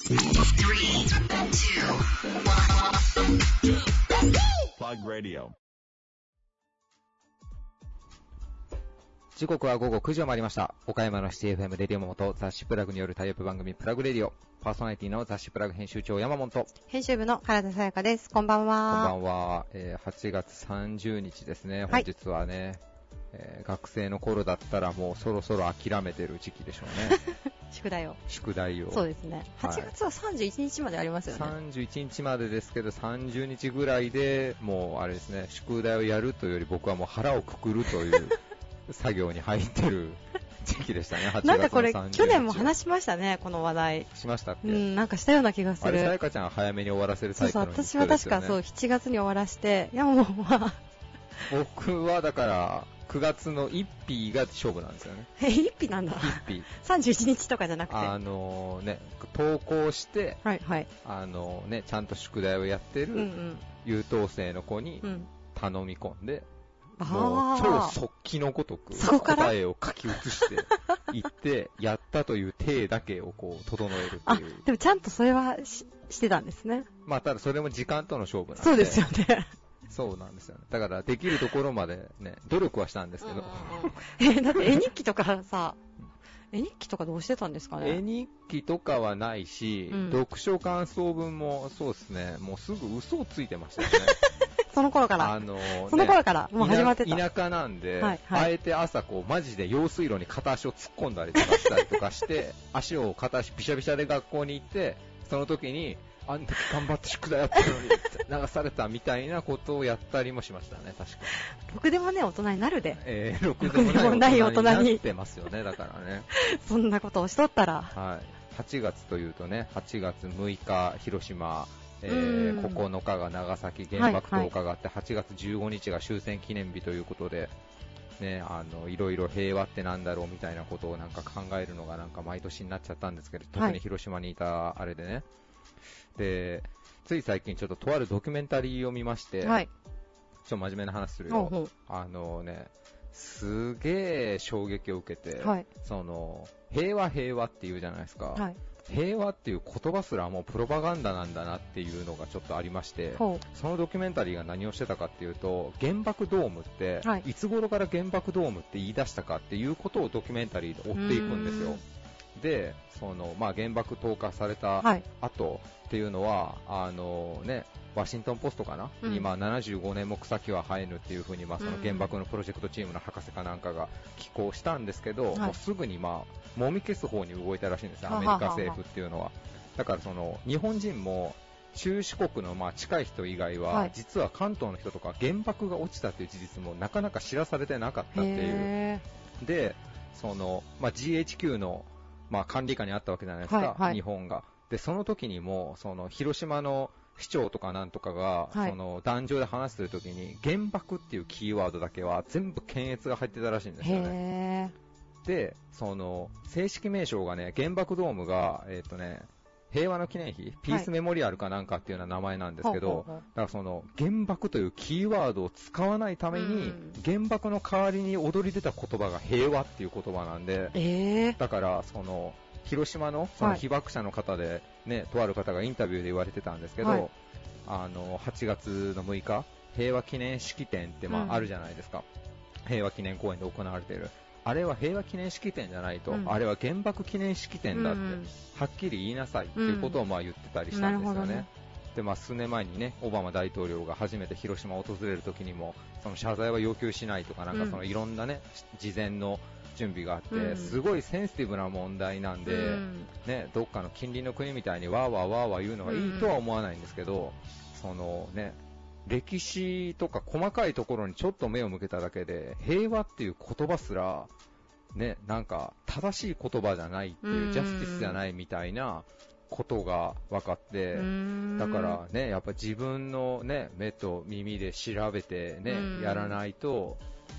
Plug Radio。 時刻は午後9時を回りました。岡山のシティ FM レディオモモと雑誌プラグによるタイアップ番組プラグレディオ。パーソナリティの雑誌プラグ編集長山本と編集部の原田さやかです。こんばんは。 こんばんは。8月30日ですね。本日はね、学生の頃だったらもうそろそろ諦めてる時期でしょうね。 宿題を。そうですね。8月は31日までありますよね。 31日までですけど、30日ぐらいでもうあれですね、宿題をやるというより僕はもう腹をくくるという作業に入ってる時期でしたね。8月の30日。 なんかこれ去年も話しましたね、この話題。 しましたっけ？ なんかしたような気がする。 あれ、さやかちゃん早めに終わらせるタイプの人ですよね。 そう、私は確かそう7月に終わらして、いやもうまあ僕はだから9月の1日が勝負なんですよね。 1日なんだ。 1日。 31日とかじゃなくて。 ね、投稿して、 はいはい。 ね、ちゃんと宿題をやってる優等生の子に頼み込んで、もう超速記のごとく答えを書き写していってやったという体だけをこう整えるっていう。 でもちゃんとそれはしてたんですね。 まあただそれも時間との勝負なんで。 そうですよね。 そうなんですよね。だからできるところまでね、努力はしたんですけど。 だって絵日記とかさ、絵日記とかどうしてたんですかね。 絵日記とかはないし、読書感想文もそうですね、もうすぐ嘘をついてましたよね。 その頃から。その頃からもう始まってた。 田舎なんで、あえて朝こうマジで用水路に片足を突っ込んだりとかしたりとかして、足を片足びしゃびしゃで学校に行って、その時にあんた頑張って宿題やってるのに流されたみたいなことをやったりもしましたね、確かに。 ろくでもね大人になるで。 ろくでもない大人になってますよね、だからね。 そんなことをしとったら。 はい。8月というとね、8月6日広島、9日が長崎原爆投下があって、8月15日が終戦記念日ということで、ね、いろいろ平和ってなんだろうみたいなことをなんか考えるのがなんか毎年になっちゃったんですけど、特に広島にいたあれでね。で、つい最近ちょっととあるドキュメンタリーを見まして、ちょっと真面目な話するよ。ね、すげえ衝撃を受けて、その、平和って言うじゃないですか。平和っていう言葉すらもうプロパガンダなんだなっていうのがちょっとありまして、そのドキュメンタリーが何をしてたかっていうと、原爆ドームって、いつ頃から原爆ドームって言い出したかっていうことをドキュメンタリーで追っていくんですよ。で、その、まあ、原爆投下された後っていうのは、ね、ワシントンポストかな、今75年も草木は生えぬっていう風に、まあ、その原爆のプロジェクトチームの博士かなんかが寄稿したんですけど、もうすぐにまあ、もみ消す方に動いたらしいんですよ、アメリカ政府っていうのは。だからその、日本人も、中四国のまあ近い人以外は、実は関東の人とか原爆が落ちたという事実もなかなか知らされてなかったっていう。で、その、まあ、GHQ のまあ管理下にあったわけじゃないですか、日本が。で、その時にも、その広島の市長とかなんとかが、その壇上で話してる時に、原爆っていうキーワードだけは全部検閲が入ってたらしいんですよね。で、その正式名称がね、原爆ドームが、平和の記念碑、ピースメモリアルかなんかっていうような名前なんですけど、だからその原爆というキーワードを使わないために、原爆の代わりに踊り出た言葉が平和っていう言葉なんで、だからその広島のその被爆者の方でね、とある方がインタビューで言われてたんですけど、8月の6日平和記念式典ってまああるじゃないですか。平和記念公園で行われている。あれは平和記念式典じゃないと、あれは原爆記念式典だって、はっきり言いなさいっていうことをまあ言ってたりしたんですよね。で、まあ、数年前にね、オバマ大統領が初めて広島を訪れるときにも、その謝罪は要求しないとか、なんかそのいろんなね、事前の準備があって、すごいセンシティブな問題なんで、ね、どっかの近隣の国みたいにわーわーわーわー言うのがいいとは思わないんですけど、そのね、歴史とか細かいところにちょっと目を向けただけで、平和っていう言葉すら、ね、なんか正しい言葉じゃないっていう、ジャスティスじゃないみたいなことが分かって、だからね、やっぱ自分のね、目と耳で調べてね、やらないと、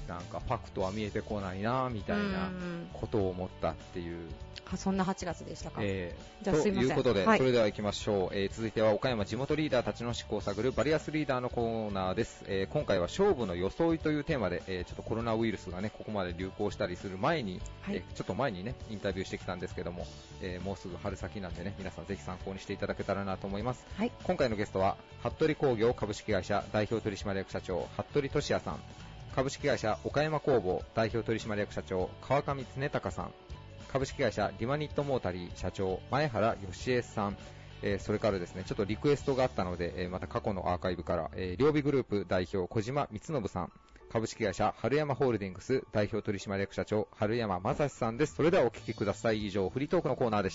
なんかファクトは見えてこないなみたいなことを思ったっていう、 そんな8月でしたか。じゃあとすいません。 いうことで、 はい、 それでは行きましょう。続いては岡山地元リーダーたちの思考を探るバリアスリーダーのコーナーです。今回は勝負の装いというテーマで、ちょっとコロナウイルスがねここまで流行したりする前に、 はい、 ちょっと前にねインタビューしてきたんですけども、もうすぐ春先なんでね、皆さんぜひ参考にしていただけたらなと思います。 はい、 今回のゲストは服部工業株式会社代表取締役社長服部俊也さん、株式会社岡山工房代表取締役社長川上恒隆さん、株式会社リマニットモータリー社長前原義恵さん、それからですねちょっとリクエストがあったので、また過去のアーカイブから両備グループ代表小島光信さん、株式会社春山ホールディングス代表取締役社長春山正史さんです。それではお聞きください。以上フリートークのコーナーでした。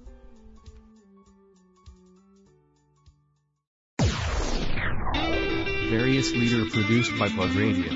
Various leader produced by Plug Radio.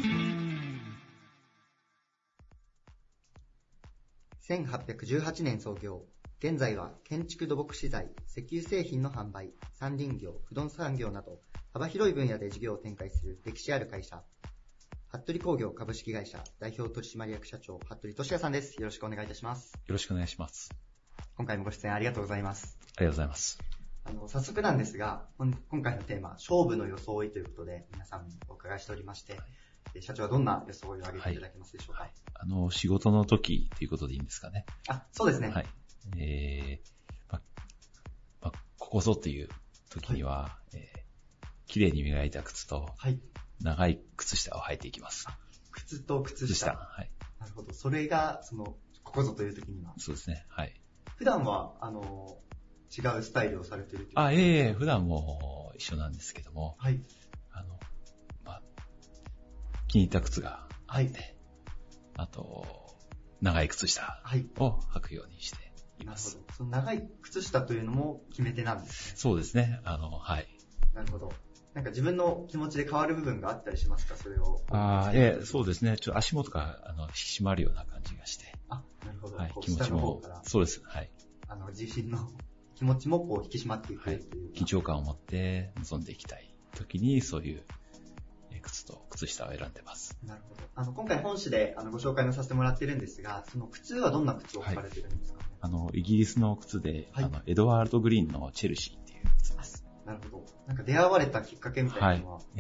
1818年創業。現在は建築土木資材、石油製品の販売、山林業、不動産業など幅広い分野で事業を展開する歴史ある会社。服部工業株式会社代表取締役社長服部俊也さんです。よろしくお願いいたします。 よろしくお願いします。 今回もご出演ありがとうございます。 ありがとうございます。 早速なんですが、今回のテーマ、勝負の装いということで皆さんにお伺いしておりまして、社長はどんな装いを挙げていただけますでしょうか。 仕事の時ということでいいんですかね。 そうですね。 はい。ここぞという時には、綺麗に磨いた靴と、長い靴下を履いていきます。 靴と靴下。 はい。 なるほど。それが、ここぞという時には。 そうですね。はい。 普段は、違うスタイルをされているという。 普段も一緒なんですけども、 はい。 気に入った靴があって、あと、長い靴下を履くようにしています。 なるほど。その長い靴下というのも決め手なんですね。 そうですね。はい。 なるほど。なんか自分の気持ちで変わる部分があったりしますか、それを。 そうですね。ちょっと足元が引き締まるような感じがして。 なるほど。 はい、気持ちも。そうです。はい。 自身の気持ちも引き締まっていくという。 緊張感を持って臨んでいきたい時に、そういう靴と靴下を選んでます。 なるほど。今回本誌でご紹介もさせてもらってるんですが、その靴はどんな靴を履かれてるんですか。 イギリスの靴で、エドワールド・グリーンのチェルシーっていう靴です。 なるほど。なんか出会われたきっかけみたいなのは。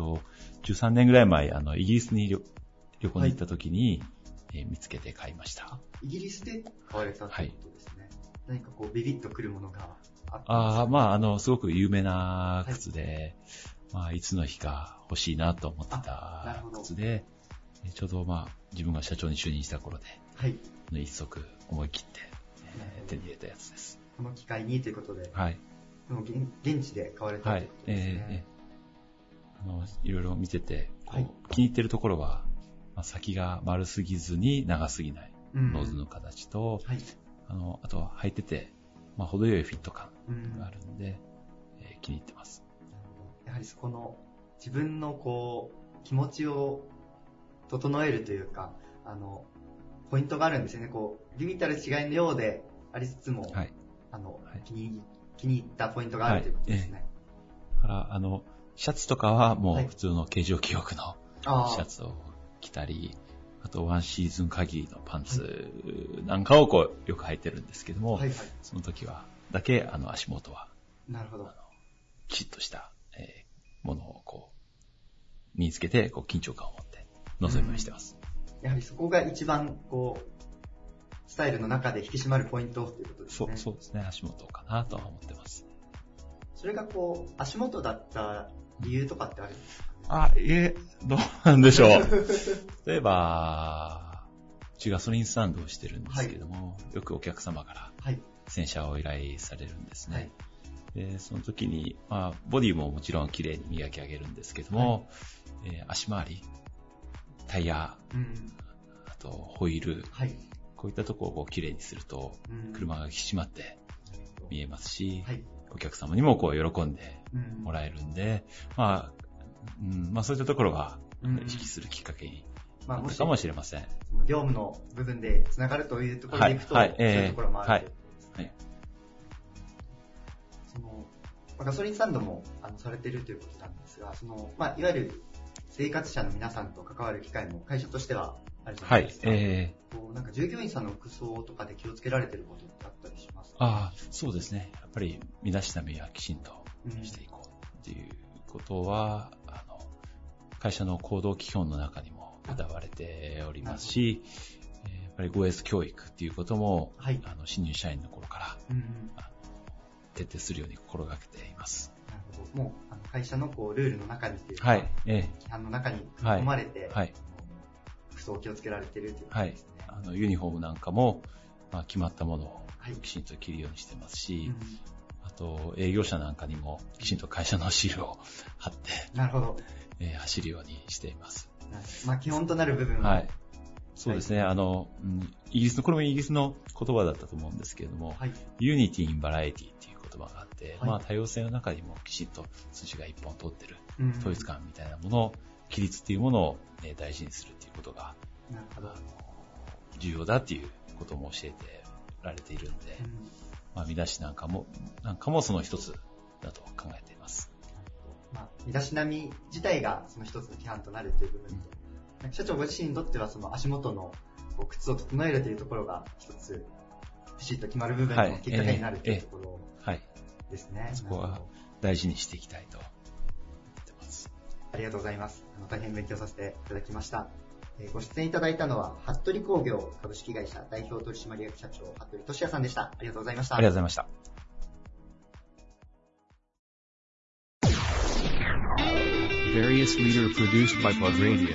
13年ぐらい前、イギリスに旅行に行った時に、見つけて買いました。 イギリスで買われたということですね。何かビビッとくるものがあったんですか。すごく有名な靴で、いつの日か欲しいなと思ってた靴で、ちょうど自分が社長に就任した頃で、一足思い切って手に入れたやつです。 この機会にということで、でも現地で買われたということですね。 いろいろ見てて、気に入ってるところは、先が丸すぎずに長すぎないノーズの形と、あとは履いてて、程よいフィット感があるんで、気に入ってます。 やはりそこの自分の気持ちを整えるというか、ポイントがあるんですよね。微々たる違いのようでありつつも、気に入ったポイントがあるということですね。 だからシャツとかはもう普通の形状記憶のシャツを着たり、あとワンシーズン限りのパンツなんかをよく履いてるんですけども、その時はだけ足元はきちっとしたものを身につけて緊張感を持って臨みしてます。 やはりそこが一番スタイルの中で引き締まるポイントということですね。 そうですね。足元かなとは思ってます。 それが足元だった理由とかってあるんですか？ どうなんでしょう。例えば、うちガソリンスタンドをしてるんですけども、よくお客様から洗車を依頼されるんですね。でその時に、ボディももちろん綺麗に磨き上げるんですけども、足回り、タイヤ、あとホイール、こういったところを綺麗にすると、車が引き締まって見えますし、お客様にも喜んでもらえるんで、そういったところが意識するきっかけになったかもしれません。 業務の部分でつながるというところでいくと、そういうところもある。ガソリンスタンドもされているということなんですが、いわゆる生活者の皆さんと関わる機会も会社としてはあるじゃないですか。はい。なんか従業員さんの服装とかで気をつけられてることってあったりしますか？ そうですね。やっぱり身だしなみはきちんとしていこうっていうことは、会社の行動基本の中にも歌われておりますし、やっぱり 5S 教育っていうことも、はい、新入社員の頃から、徹底するように心がけています。 なるほど。もう会社のルールの中にっていうか、はい、規範の中に組み込まれて、はい、服装を気をつけられているということですね。 はい、ユニフォームなんかも、決まったものをきちんと着るようにしてますし、あと営業者なんかにもきちんと会社のシールを貼って、 なるほど。 走るようにしています。 基本となる部分は、 はい、そうですね。イギリスの、これもイギリスの言葉だったと思うんですけれども、はい、Unity in Variety っていう言葉があって、はい、多様性の中にもきちんと筋が一本通ってる、統一感みたいなものを、規律っていうものを、大事にするっていうことが、なるほど、重要だっていうことも教えてられているんで、身だしなんかもその一つだと考えています。 身だしなみ自体がその一つの規範となるという部分と、社長ご自身にとってはその足元の靴を整えるというところが一つピシッと決まる部分のきっかけになるというところですね。 そこは大事にしていきたいと思ってます。 ありがとうございます。大変勉強させていただきました。ご出演いただいたのは服部工業株式会社代表取締役社長服部俊也さんでした。ありがとうございました。 ありがとうございました。 Various leader produced by Plug Radio.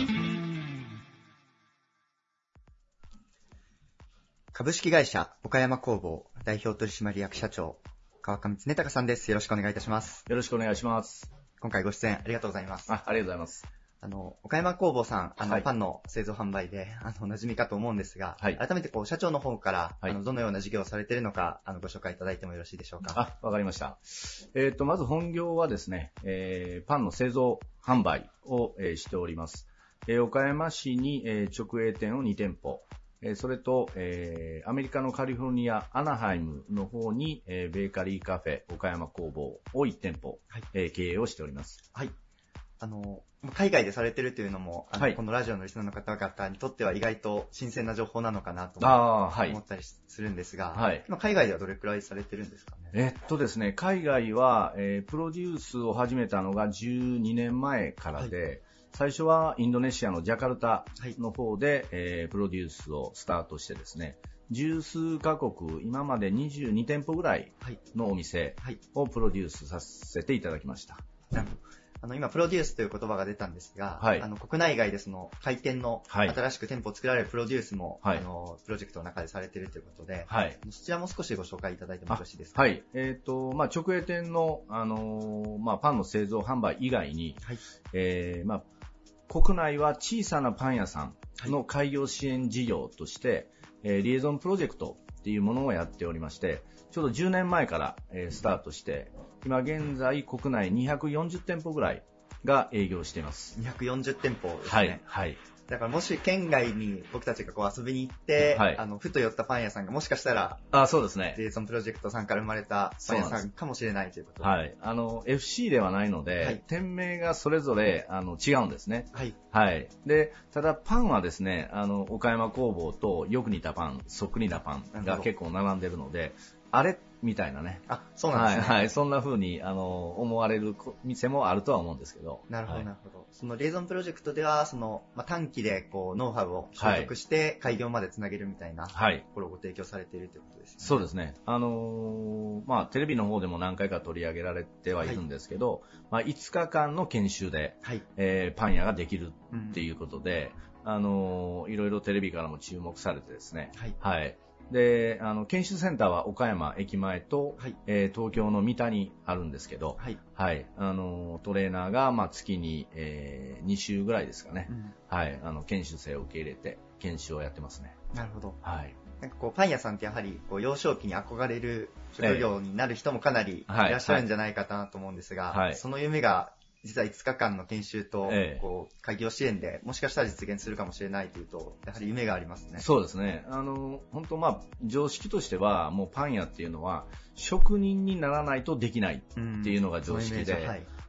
株式会社岡山工房代表取締役社長川上恒隆さんです。よろしくお願いいたします。 よろしくお願いします。 今回ご出演ありがとうございます。 ありがとうございます。 岡山工房さん、パンの製造販売で、馴染みかと思うんですが、はい、改めて社長の方から、どのような事業をされているのか、ご紹介いただいてもよろしいでしょうか。 わかりました。まず本業はですね、パンの製造販売を、しております。岡山市に、直営店を2店舗、それと、アメリカのカリフォルニア、アナハイムの方に、ベーカリーカフェ、岡山工房を1店舗、はい、経営をしております。 はい。海外でされてるというのも、はい、このラジオのリスナーの方々にとっては意外と新鮮な情報なのかなと思ったりするんですが、はい、今海外ではどれくらいされてるんですかね。 ですね、海外は、プロデュースを始めたのが12年前からで、はい、最初はインドネシアのジャカルタの方で、プロデュースをスタートしてですね、十数カ国、今まで22店舗ぐらいのお店をプロデュースさせていただきました。 なるほど。今、プロデュースという言葉が出たんですが、はい、国内外でその開店の新しく店舗を作られるプロデュースも、はい、プロジェクトの中でされているということで、はい、そちらも少しご紹介いただいてもよろしいですか。 はい。直営店の、パンの製造販売以外に、はい、国内は小さなパン屋さんの開業支援事業として、リエゾンプロジェクトっていうものをやっておりまして、ちょうど10年前から、スタートして、今現在国内240店舗ぐらいが営業しています。 240店舗ですね。 はい。はい。 だからもし県外に僕たちが遊びに行って、はい、ふと寄ったパン屋さんがもしかしたら、 そうですね。 リエゾンプロジェクトさんから生まれたパン屋さんかもしれないということで。 はい。FC ではないので、はい、店名がそれぞれ、違うんですね。はい。はい。で、ただパンはですね、岡山工房とよく似たパン、そっくりなパンが結構並んでるので、あれみたいなね。 そうなんですね。 はい、はい。そんな風に、思われる店もあるとは思うんですけど。 なるほど、なるほど。そのリエゾンプロジェクトでは、短期でノウハウを習得して、開業までつなげるみたいな、ところをご提供されているということですね。 そうですね。テレビの方でも何回か取り上げられてはいるんですけど、5日間の研修で、パン屋ができるっていうことで、いろいろテレビからも注目されてですね。はい。で、研修センターは岡山駅前と、東京の三田にあるんですけど、はい。トレーナーが、月に、2週ぐらいですかね。はい。研修生を受け入れて、研修をやってますね。 なるほど。 はい。 なんかパン屋さんってやはり、幼少期に憧れる職業になる人もかなりいらっしゃるんじゃないかなと思うんですが、その夢が、実は5日間の研修と、開業支援でもしかしたら実現するかもしれないというと、やはり夢がありますね。 そうですね。本当常識としては、もうパン屋っていうのは、職人にならないとできないっていうのが常識で、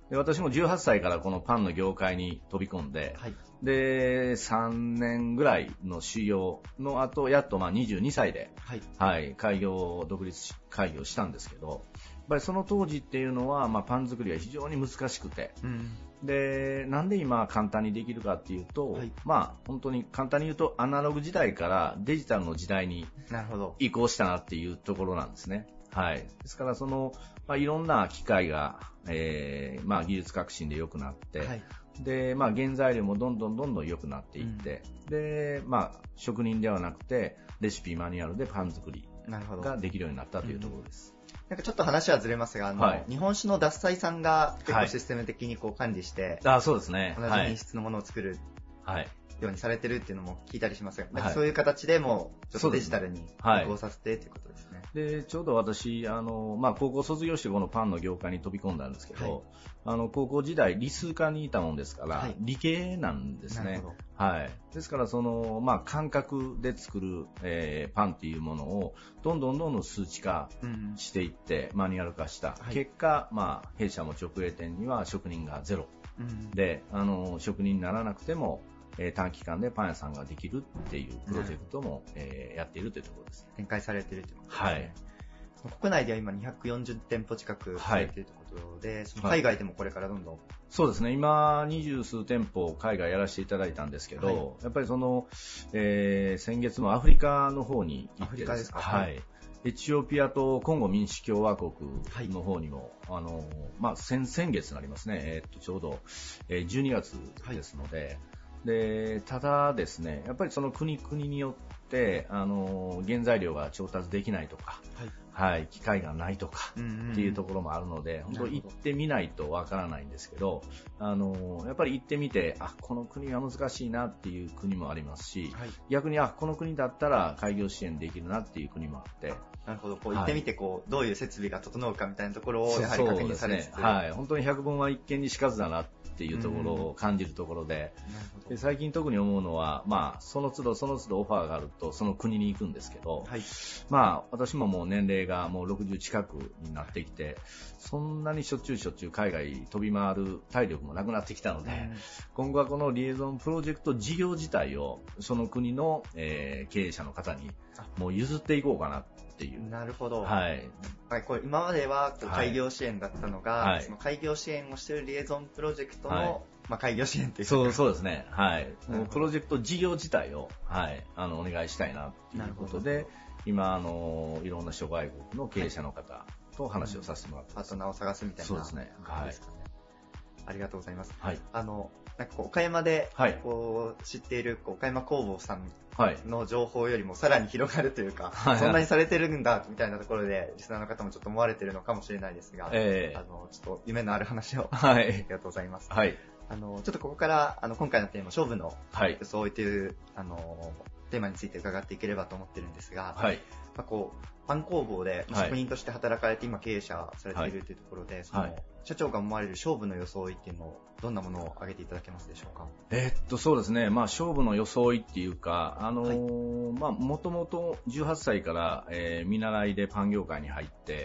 で、私も18歳からこのパンの業界に飛び込んで、はい、で、3年ぐらいの修行の後、やっと22歳で、はい、はい、独立開業したんですけど、やっぱりその当時っていうのは、パン作りは非常に難しくて、で、なんで今簡単にできるかっていうと、はい、本当に簡単に言うとアナログ時代からデジタルの時代に移行したなっていうところなんですね。はい。ですからいろんな機械が、技術革新で良くなって、はい、で、原材料もどんどん良くなっていって、で、職人ではなくてレシピマニュアルでパン作りができるようになったというところです。 なんかちょっと話はずれますが、はい、日本酒の獺祭さんが結構システム的に管理して、 はい、そうですね。 同じ品質のものを作るようにされてるっていうのも聞いたりしますが、なんかそういう形でもちょっとデジタルに移行させてということですね。 で、ちょうど私、高校卒業してこのパンの業界に飛び込んだんですけど、はい、高校時代理数科にいたもんですから、はい、理系なんですね。はい。ですから感覚で作る、パンっていうものをどんどん数値化していって、マニュアル化した。はい、結果、弊社も直営店には職人がゼロ。で、職人にならなくても、短期間でパン屋さんができるっていうプロジェクトも、やっているというところです。 展開されているということですね。はい。国内では今240店舗近くされているということで、その海外でもこれからどんどん、 そうですね。今20数店舗海外やらせていただいたんですけど、やっぱり先月もアフリカの方に行って、アフリカですか？はい。エチオピアとコンゴ民主共和国の方にも、先月になりますね。ちょうど、12月ですので、で、ただですね、やっぱりその国によって、原材料が調達できないとか、はい、機械がないとかっていうところもあるので、本当行ってみないとわからないんですけど、やっぱり行ってみて、この国は難しいなっていう国もありますし、はい、逆にこの国だったら開業支援できるなっていう国もあって、 なるほど、行ってみてどういう設備が整うかみたいなところをやはり確認されつつ、 はい、本当に百聞は一見にしかずだなっていうところを感じるところで、で最近特に思うのは、その都度オファーがあるとその国に行くんですけど、はい、私ももう年齢がもう60近くになってきて、そんなにしょっちゅう海外飛び回る体力もなくなってきたので、今後はこのリエゾンプロジェクト事業自体をその国の、経営者の方にもう譲っていこうかなっていう。 なるほど。 はい。 これ今までは開業支援だったのが、はい、その開業支援をしているリエゾンプロジェクトの、開業支援というか。 そうですね。はい。もうプロジェクト事業自体を、はい、お願いしたいなということで、今、いろんな諸外国の経営者の方と話をさせてもらってます。 パートナーを探すみたいな。 そうですね。はい。 ありがとうございます。はい。なんか岡山で、知っている岡山工房さんの情報よりもさらに広がるというか、そんなにされてるんだみたいなところでリスナーの方もちょっと思われてるのかもしれないですが、ちょっと夢のある話を、ありがとうございます。はい。ちょっとここから今回のテーマ勝負の装いという、テーマについて伺っていければと思ってるんですが、はい。パン工房で職人として働かれて今経営者されているというところで、社長が思われる勝負の装いっていうのをどんなものを挙げていただけますでしょうか？ そうですね。勝負の装いっていうか、もともと18歳から、見習いでパン業界に入って、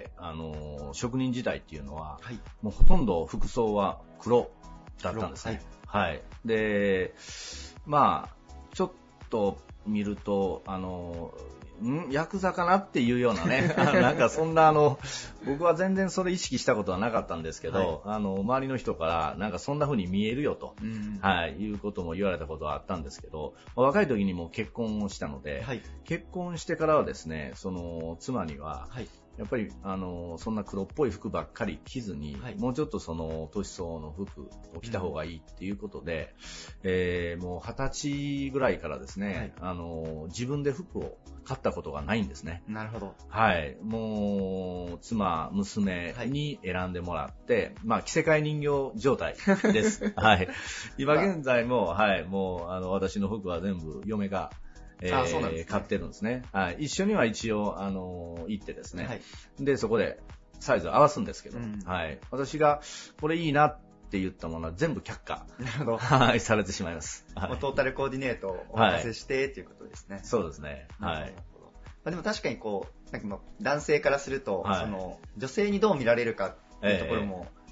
職人時代っていうのは、もうほとんど服装は黒だったんですね。はい。で、ちょっと見ると、ヤクザかなっていうようなね、なんかそんな僕は全然それ意識したことはなかったんですけど、周りの人からなんかそんな風に見えるよと、いうことも言われたことはあったんですけど、若い時にも結婚をしたので、結婚してからはですね、その妻には、やっぱりそんな黒っぽい服ばっかり着ずに、もうちょっとその年相応の服を着た方がいいっていうことで、もう20歳ぐらいからですね、自分で服を買ったことがないんですね。 なるほど。 はい。もう妻、娘に選んでもらって、着せ替え人形状態です。はい。今現在も、もう私の服は全部嫁が買ってるんですね。はい。一緒には一応、行ってですね。で、そこでサイズを合わすんですけど、はい。私が、これいいなって言ったものは全部却下。 なるほど。 はい、されてしまいます。 トータルコーディネートをお任せしてっていうことですね。 そうですね。はい。 でも確かに男性からすると、女性にどう見られるかっていうところも、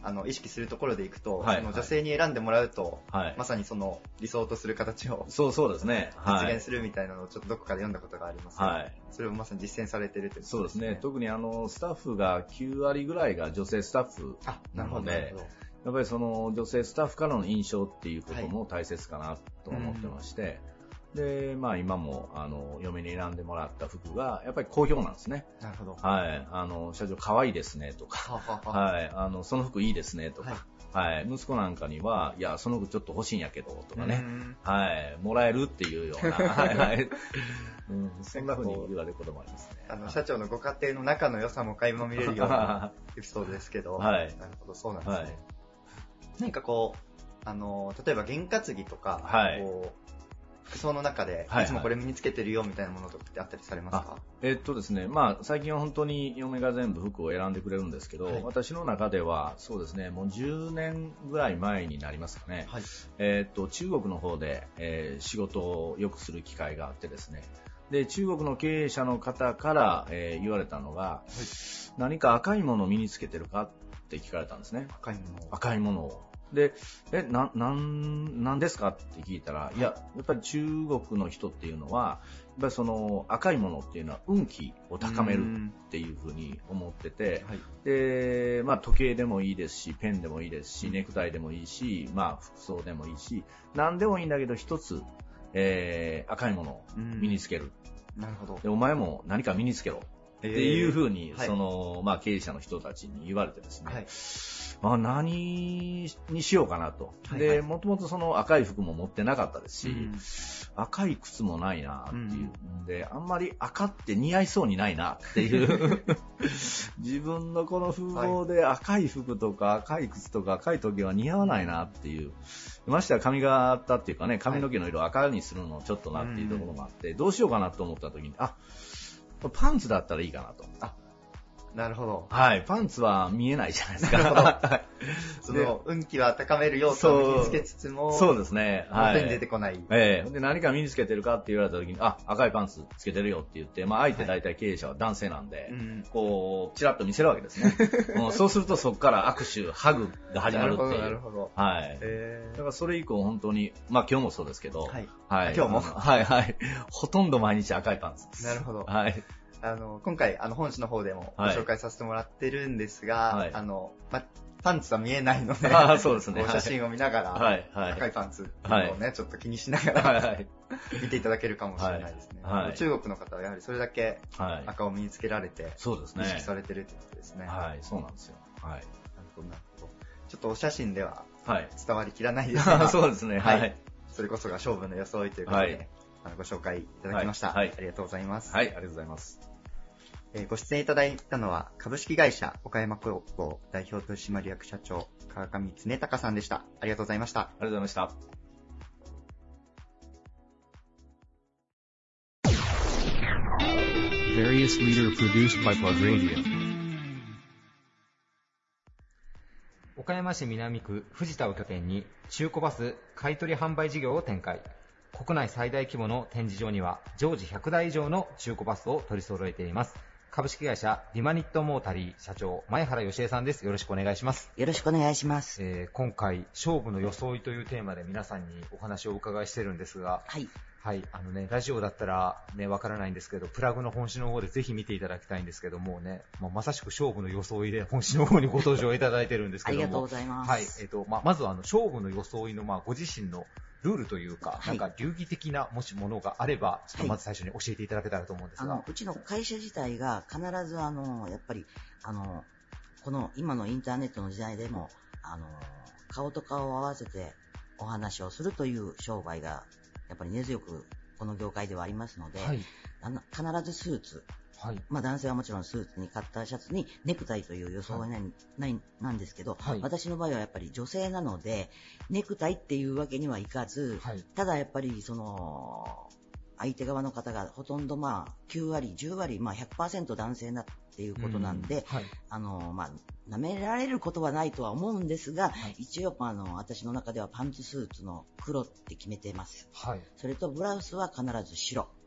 意識するところでいくと、その女性に選んでもらうと、まさにその理想とする形をそうですね。 実現するみたいなのをちょっとどこかで読んだことがあります、それをまさに実践されているということですね。 そうですね。特にスタッフが9割ぐらいが女性スタッフなので、やっぱりその女性スタッフからの印象っていうことも大切かなと思ってまして、で、まあ今も、嫁に選んでもらった服が、やっぱり好評なんですね。 なるほど。 社長可愛いですねとか、その服いいですねとか、息子なんかには、いや、その服ちょっと欲しいんやけど、とかね、もらえるっていうような、そんな風に言われることもありますね。 社長のご家庭の仲の良さも垣間見れるようなエピソードですけど、なるほど、そうなんですね。何かこう、例えば験担ぎとか、こう、服装の中で、いつもこれ身につけてるよみたいなものとかってあったりされますか？ ですね、まあ最近は本当に嫁が全部服を選んでくれるんですけど、私の中ではそうですね、もう10年ぐらい前になりますかね、中国の方で、仕事をよくする機会があってですね、で中国の経営者の方から、言われたのが、何か赤いものを身につけてるかって聞かれたんですね。赤いものを。で、なんですかって聞いたら、いや、やっぱり中国の人っていうのは、やっぱりその赤いものっていうのは運気を高めるっていうふうに思ってて、で、まあ時計でもいいですし、ペンでもいいですし、ネクタイでもいいし、まあ服装でもいいし、何でもいいんだけど一つ、赤いものを身につける。 なるほど。 で、お前も何か身につけろ。っていうふうに、その、まあ経営者の人たちに言われてですね、まあ、何にしようかなと。で、もともとその赤い服も持ってなかったですし、赤い靴もないなっていう。で、あんまり赤って似合いそうにないなっていう。自分のこの風貌で赤い服とか赤い靴とか赤い時計は似合わないなっていう。ましては髪型っていうかね、髪の毛の色を赤にするのちょっとなっていうところもあって、どうしようかなと思った時に、パンツだったらいいかなと。 なるほど。 パンツは見えないじゃないですか。 なるほど。その、運気は高める要素を身につけつつも、 そうですね。 表に出てこない。 で、何か身につけてるかって言われた時に、赤いパンツつけてるよって言って、まあ、相手大体経営者は男性なんで、こう、チラッと見せるわけですね。そうするとそこから握手、ハグが始まるっていう。 なるほど。 だからそれ以降本当に、まあ今日もそうですけど、 今日もほとんど毎日赤いパンツです。 なるほど。今回、本誌の方でもご紹介させてもらってるんですが、パンツは見えないので、 そうですね。 写真を見ながら、赤いパンツっていうのをね、ちょっと気にしながら、見ていただけるかもしれないですね。中国の方はやはりそれだけ赤を身につけられて、意識されてるってことですね。 そうなんですよ。なるほど。ちょっとお写真では伝わりきらないですが、 そうですね。 それこそが勝負の装いということで、ご紹介いただきました。ありがとうございます。 ありがとうございます。 ご出演いただいたのは、株式会社岡山高校代表取締役社長、川上恒隆さんでした。ありがとうございました。 ありがとうございました。 Various leader produced by Plug Radio。 岡山市南区藤田を拠点に中古バス買取販売事業を展開。国内最大規模の展示場には常時100台以上の中古バスを取り揃えています。株式会社リマニットモータリー社長前原芳恵さんです。よろしくお願いします。 よろしくお願いします。 今回勝負の装いというテーマで皆さんにお話をお伺いしてるんですが、ラジオだったらねわからないんですけど、プラグの本誌の方でぜひ見ていただきたいんですけどもね、まさしく勝負の装いで本誌の方にご登場いただいてるんですけども、 ありがとうございます。 まず勝負の装いのご自身のルールというか、なんか流儀的なもしものがあれば、ちょっとまず最初に教えていただけたらと思うんですが。 うちの会社自体が必ずやっぱり、この今のインターネットの時代でも、顔と顔を合わせてお話をするという商売が、やっぱり根強くこの業界ではありますので、必ずスーツ、男性はもちろんスーツにカッターシャツにネクタイという装いなんですけど、私の場合はやっぱり女性なのでネクタイっていうわけにはいかず、ただやっぱりその相手側の方がほとんど9割10割100% 男性だっていうことなんで、舐められることはないとは思うんですが、一応私の中ではパンツスーツの黒って決めてます。それとブラウスは必ず白。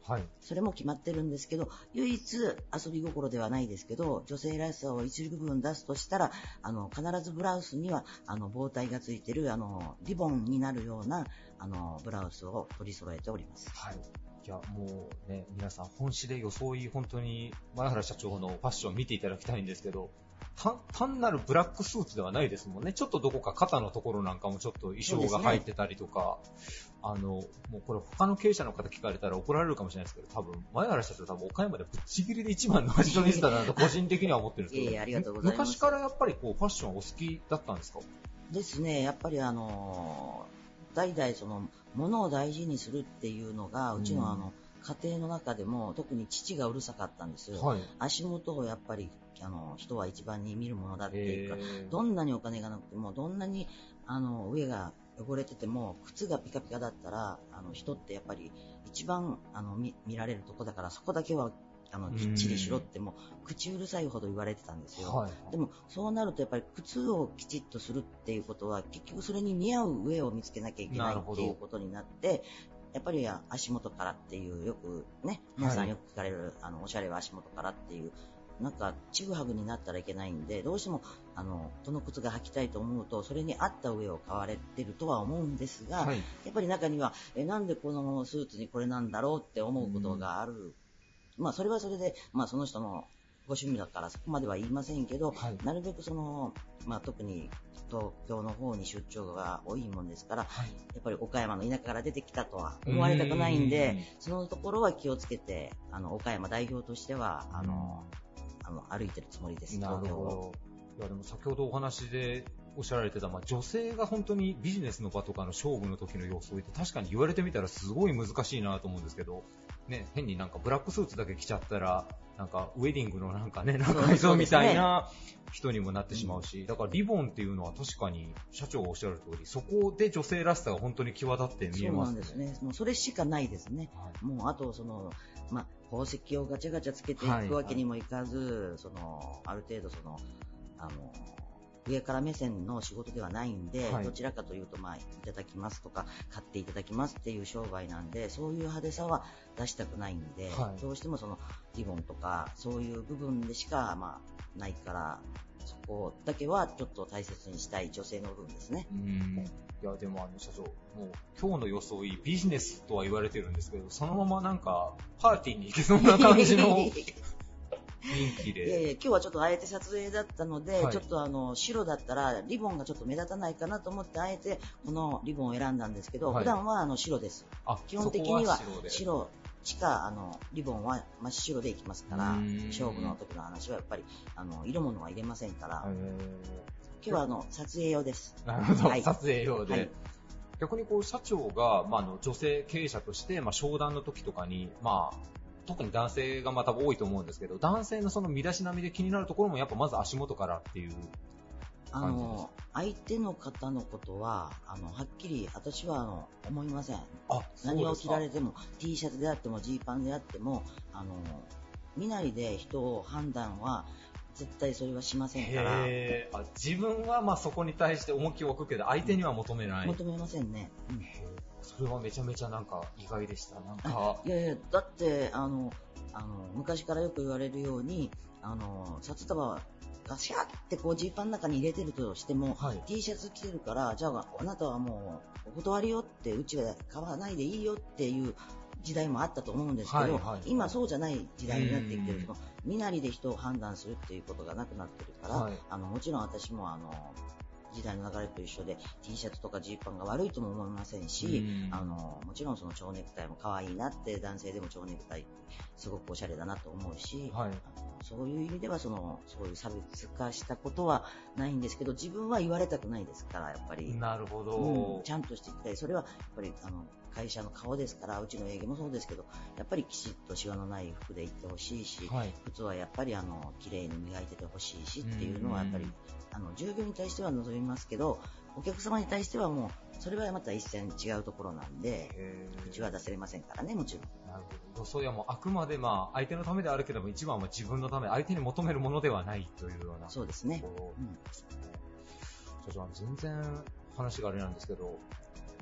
はい、それも決まってるんですけど、唯一遊び心ではないですけど、女性らしさを一部分出すとしたら、必ずブラウスには棒体がついてるリボンになるようなブラウスを取り揃えております。 はい。いや、もうね、皆さん本誌で装い本当に前原社長のファッションを見ていただきたいんですけど、単なるブラックスーツではないですもんね。ちょっとどこか肩のところなんかもちょっと衣装が入ってたりとか、もうこれ他の経営者の方聞かれたら怒られるかもしれないですけど、多分前原社長多分岡山でぶっちぎりで一番のファッショニスタだなと個人的には思ってるんですけど、 ありがとうございます。 昔からやっぱりこうファッションお好きだったんですか？ ですね、やっぱり代々その物を大事にするっていうのがうちの家庭の中でも特に父がうるさかったんですよ。はい、足元をやっぱり人は一番に見るものだっていうか、どんなにお金がなくても、どんなに上が汚れてても、靴がピカピカだったら人ってやっぱり一番見られるとこだから、そこだけはきっちりしろっても口うるさいほど言われてたんですよ。はい、でもそうなるとやっぱり靴をきちっとするっていうことは結局それに似合う上を見つけなきゃいけないっていうことになって、やっぱり足元からっていう、よくね、皆さんよく聞かれる、おしゃれは足元からっていう、なんかちぐはぐになったらいけないんで、どうしてもどの靴が履きたいと思うとそれに合った上を買われてるとは思うんですが、はい、やっぱり中にはなんでこのスーツにこれなんだろうって思うことがある。まあそれはそれで、まあその人のご趣味だからそこまでは言いませんけど、はい、なるべくまあ特に東京の方に出張が多いもんですから、はい、やっぱり岡山の田舎から出てきたとは思われたくないんで、そのところは気をつけて、岡山代表としては、歩いてるつもりです。 なるほど。いやでも先ほどお話でおっしゃられてた、女性が本当にビジネスの場とかの勝負の時の装いって確かに言われてみたらすごい難しいなと思うんですけど、ね、変になんかブラックスーツだけ着ちゃったら、なんかウェディングのなんか内装みたいな人にもなってしまうし、だからリボンっていうのは確かに社長がおっしゃる通り、そこで女性らしさが本当に際立って見えますね。 そうなんですね。もうそれしかないですね。はい、もうあと宝石をガチャガチャつけていくわけにもいかず、ある程度上から目線の仕事ではないんで、はい、どちらかというと、いただきますとか、買っていただきますっていう商売なんで、そういう派手さは出したくないんで、はい、どうしてもリボンとか、そういう部分でしか、ないから、そこだけはちょっと大切にしたい女性の部分ですね。 いや、でも社長、もう今日の装い、ビジネスとは言われてるんですけど、そのままなんか、パーティーに行けそうな感じの人気で。 いやいや、今日はちょっとあえて撮影だったので、はい、ちょっと白だったらリボンがちょっと目立たないかなと思ってあえてこのリボンを選んだんですけど、はい、普段は白です。基本的には白しかリボンは真っ白でいきますから、勝負の時の話はやっぱり色物は入れませんから、今日は撮影用です。 なるほど、はい、撮影用で。はい、逆に社長が、女性経営者として、商談の時とかに、特に男性が多分多いと思うんですけど、男性のその身だしなみで気になるところもやっぱまず足元からっていう感じですか？ 相手の方のことははっきり私は思いません。何を着られても T シャツであってもジーパンであっても身なりで人を判断は絶対それはしませんから。 自分はそこに対して重きを置くけど相手には求めない。 求めませんね。 それはめちゃめちゃなんか意外でした。 いやだって昔からよく言われるように札束がシャーってジーパンの中に入れてるとしても、はい、T シャツ着てるからじゃああなたはもうお断りよってうちは買わないでいいよっていう時代もあったと思うんですけど、はいはい、今そうじゃない時代になってきてると身なりで人を判断するっていうことがなくなってるから、はい、もちろん私も時代の流れと一緒で T シャツとかジーパンが悪いとも思いませんし、もちろんその蝶ネクタイも可愛いなって男性でも蝶ネクタイすごくおしゃれだなと思うし、はい、そういう意味ではそういう差別化したことはないんですけど自分は言われたくないですからやっぱりなるほど、 ちゃんとしていきたい。それはやっぱり会社の顔ですからうちの営業もそうですけどやっぱりきちっとシワのない服で行ってほしいし、はい、靴はやっぱり綺麗に磨いててほしいしっていうのはやっぱり従業員に対しては望みますけどお客様に対してはもうそれはまた一線違うところなんで口は出せれませんからね。もちろん。 なるほど。そういうあくまで相手のためであるけれども一番は自分のため相手に求めるものではないというようなそうですね。 社長全然話があれなんですけど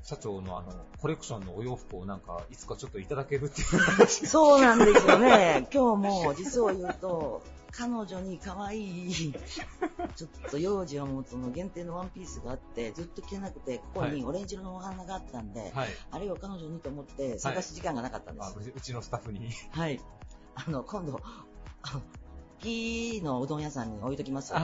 社長のコレクションのお洋服をなんか、いつかちょっといただけるっていう話。 そうなんですよね。今日も実を言うと、彼女に可愛い、ちょっと幼児を持つの限定のワンピースがあって、ずっと着てなくて、ここにオレンジ色のお花があったんで、はい、あれを彼女にと思って探す時間がなかったんです。はい、 うちのスタッフに。 はい。今度、ピーのうどん屋さんに置いときます。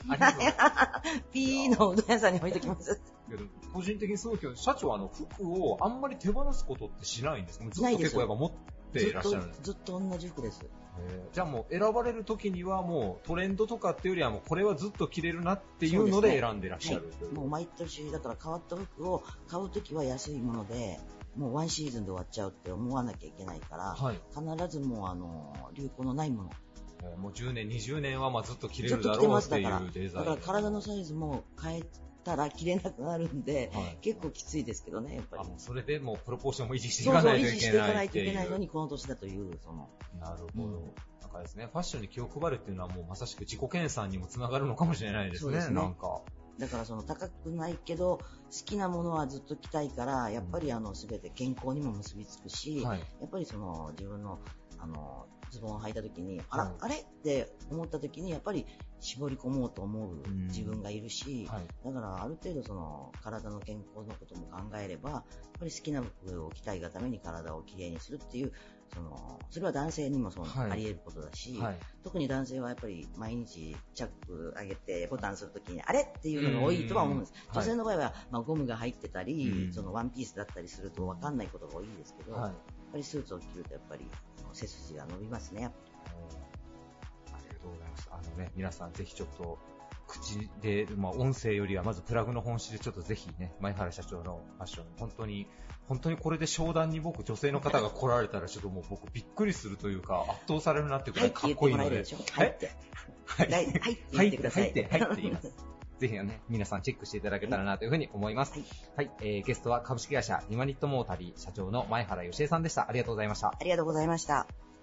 ピーのうどん屋さんに置いときます。 個人的にそうですけど、社長服をあんまり手放すことってしないんですか？ずっと結構やっぱ持っていらっしゃるんですか？ ずっと同じ服です。 じゃあもう選ばれる時にはもうトレンドとかっていうよりはもうこれはずっと着れるなっていうので選んでらっしゃる。 はい、もう毎年だから変わった服を買う時は安いもので、もうワンシーズンで終わっちゃうって思わなきゃいけないから、はい、必ずもう流行のないもの。 もう10年、20年はまあずっと着れるだろうっていうデザイン。 だから体のサイズも変えたら着れなくなるんで、はい、結構きついですけどね、やっぱり。 それでもうプロポーションも維持していかないといけない。 そう、維持していかないといけないのに、この年だという、 なるほど。なんかですね、ファッションに気を配るっていうのはもうまさしく自己研鑽にもつながるのかもしれないですね。そうですね。なんか。 だから高くないけど、好きなものはずっと着たいから、やっぱり全て健康にも結びつくし、はい、やっぱり自分の、ズボンを履いた時に、あれって思った時に、やっぱり絞り込もうと思う自分がいるし、はい、だからある程度体の健康のことも考えれば、やっぱり好きな服を着たいがために体をきれいにするっていう、それは男性にもあり得ることだし、はい、特に男性はやっぱり毎日チャック上げてボタンするときにあれっていうのが多いとは思うんです。女性の場合は、ゴムが入ってたり、ワンピースだったりすると分かんないことが多いですけど、はい、やっぱりスーツを着るとやっぱり背筋が伸びますね。 ありがとうございます。皆さんぜひちょっと口で、音声よりはまずプラグの本質でちょっとぜひね、前原社長のファッション、本当にこれで商談に女性の方が来られたらちょっともう僕びっくりするというか圧倒されるなっていうくらいかっこいいので。 はいって。 はいって言ってください。はいって言います。ぜひね、皆さんチェックしていただけたらなというふうに思います。はい。ゲストは株式会社ユマニットモータリー社長の前原芳恵さんでした。ありがとうございました。 ありがとうございました。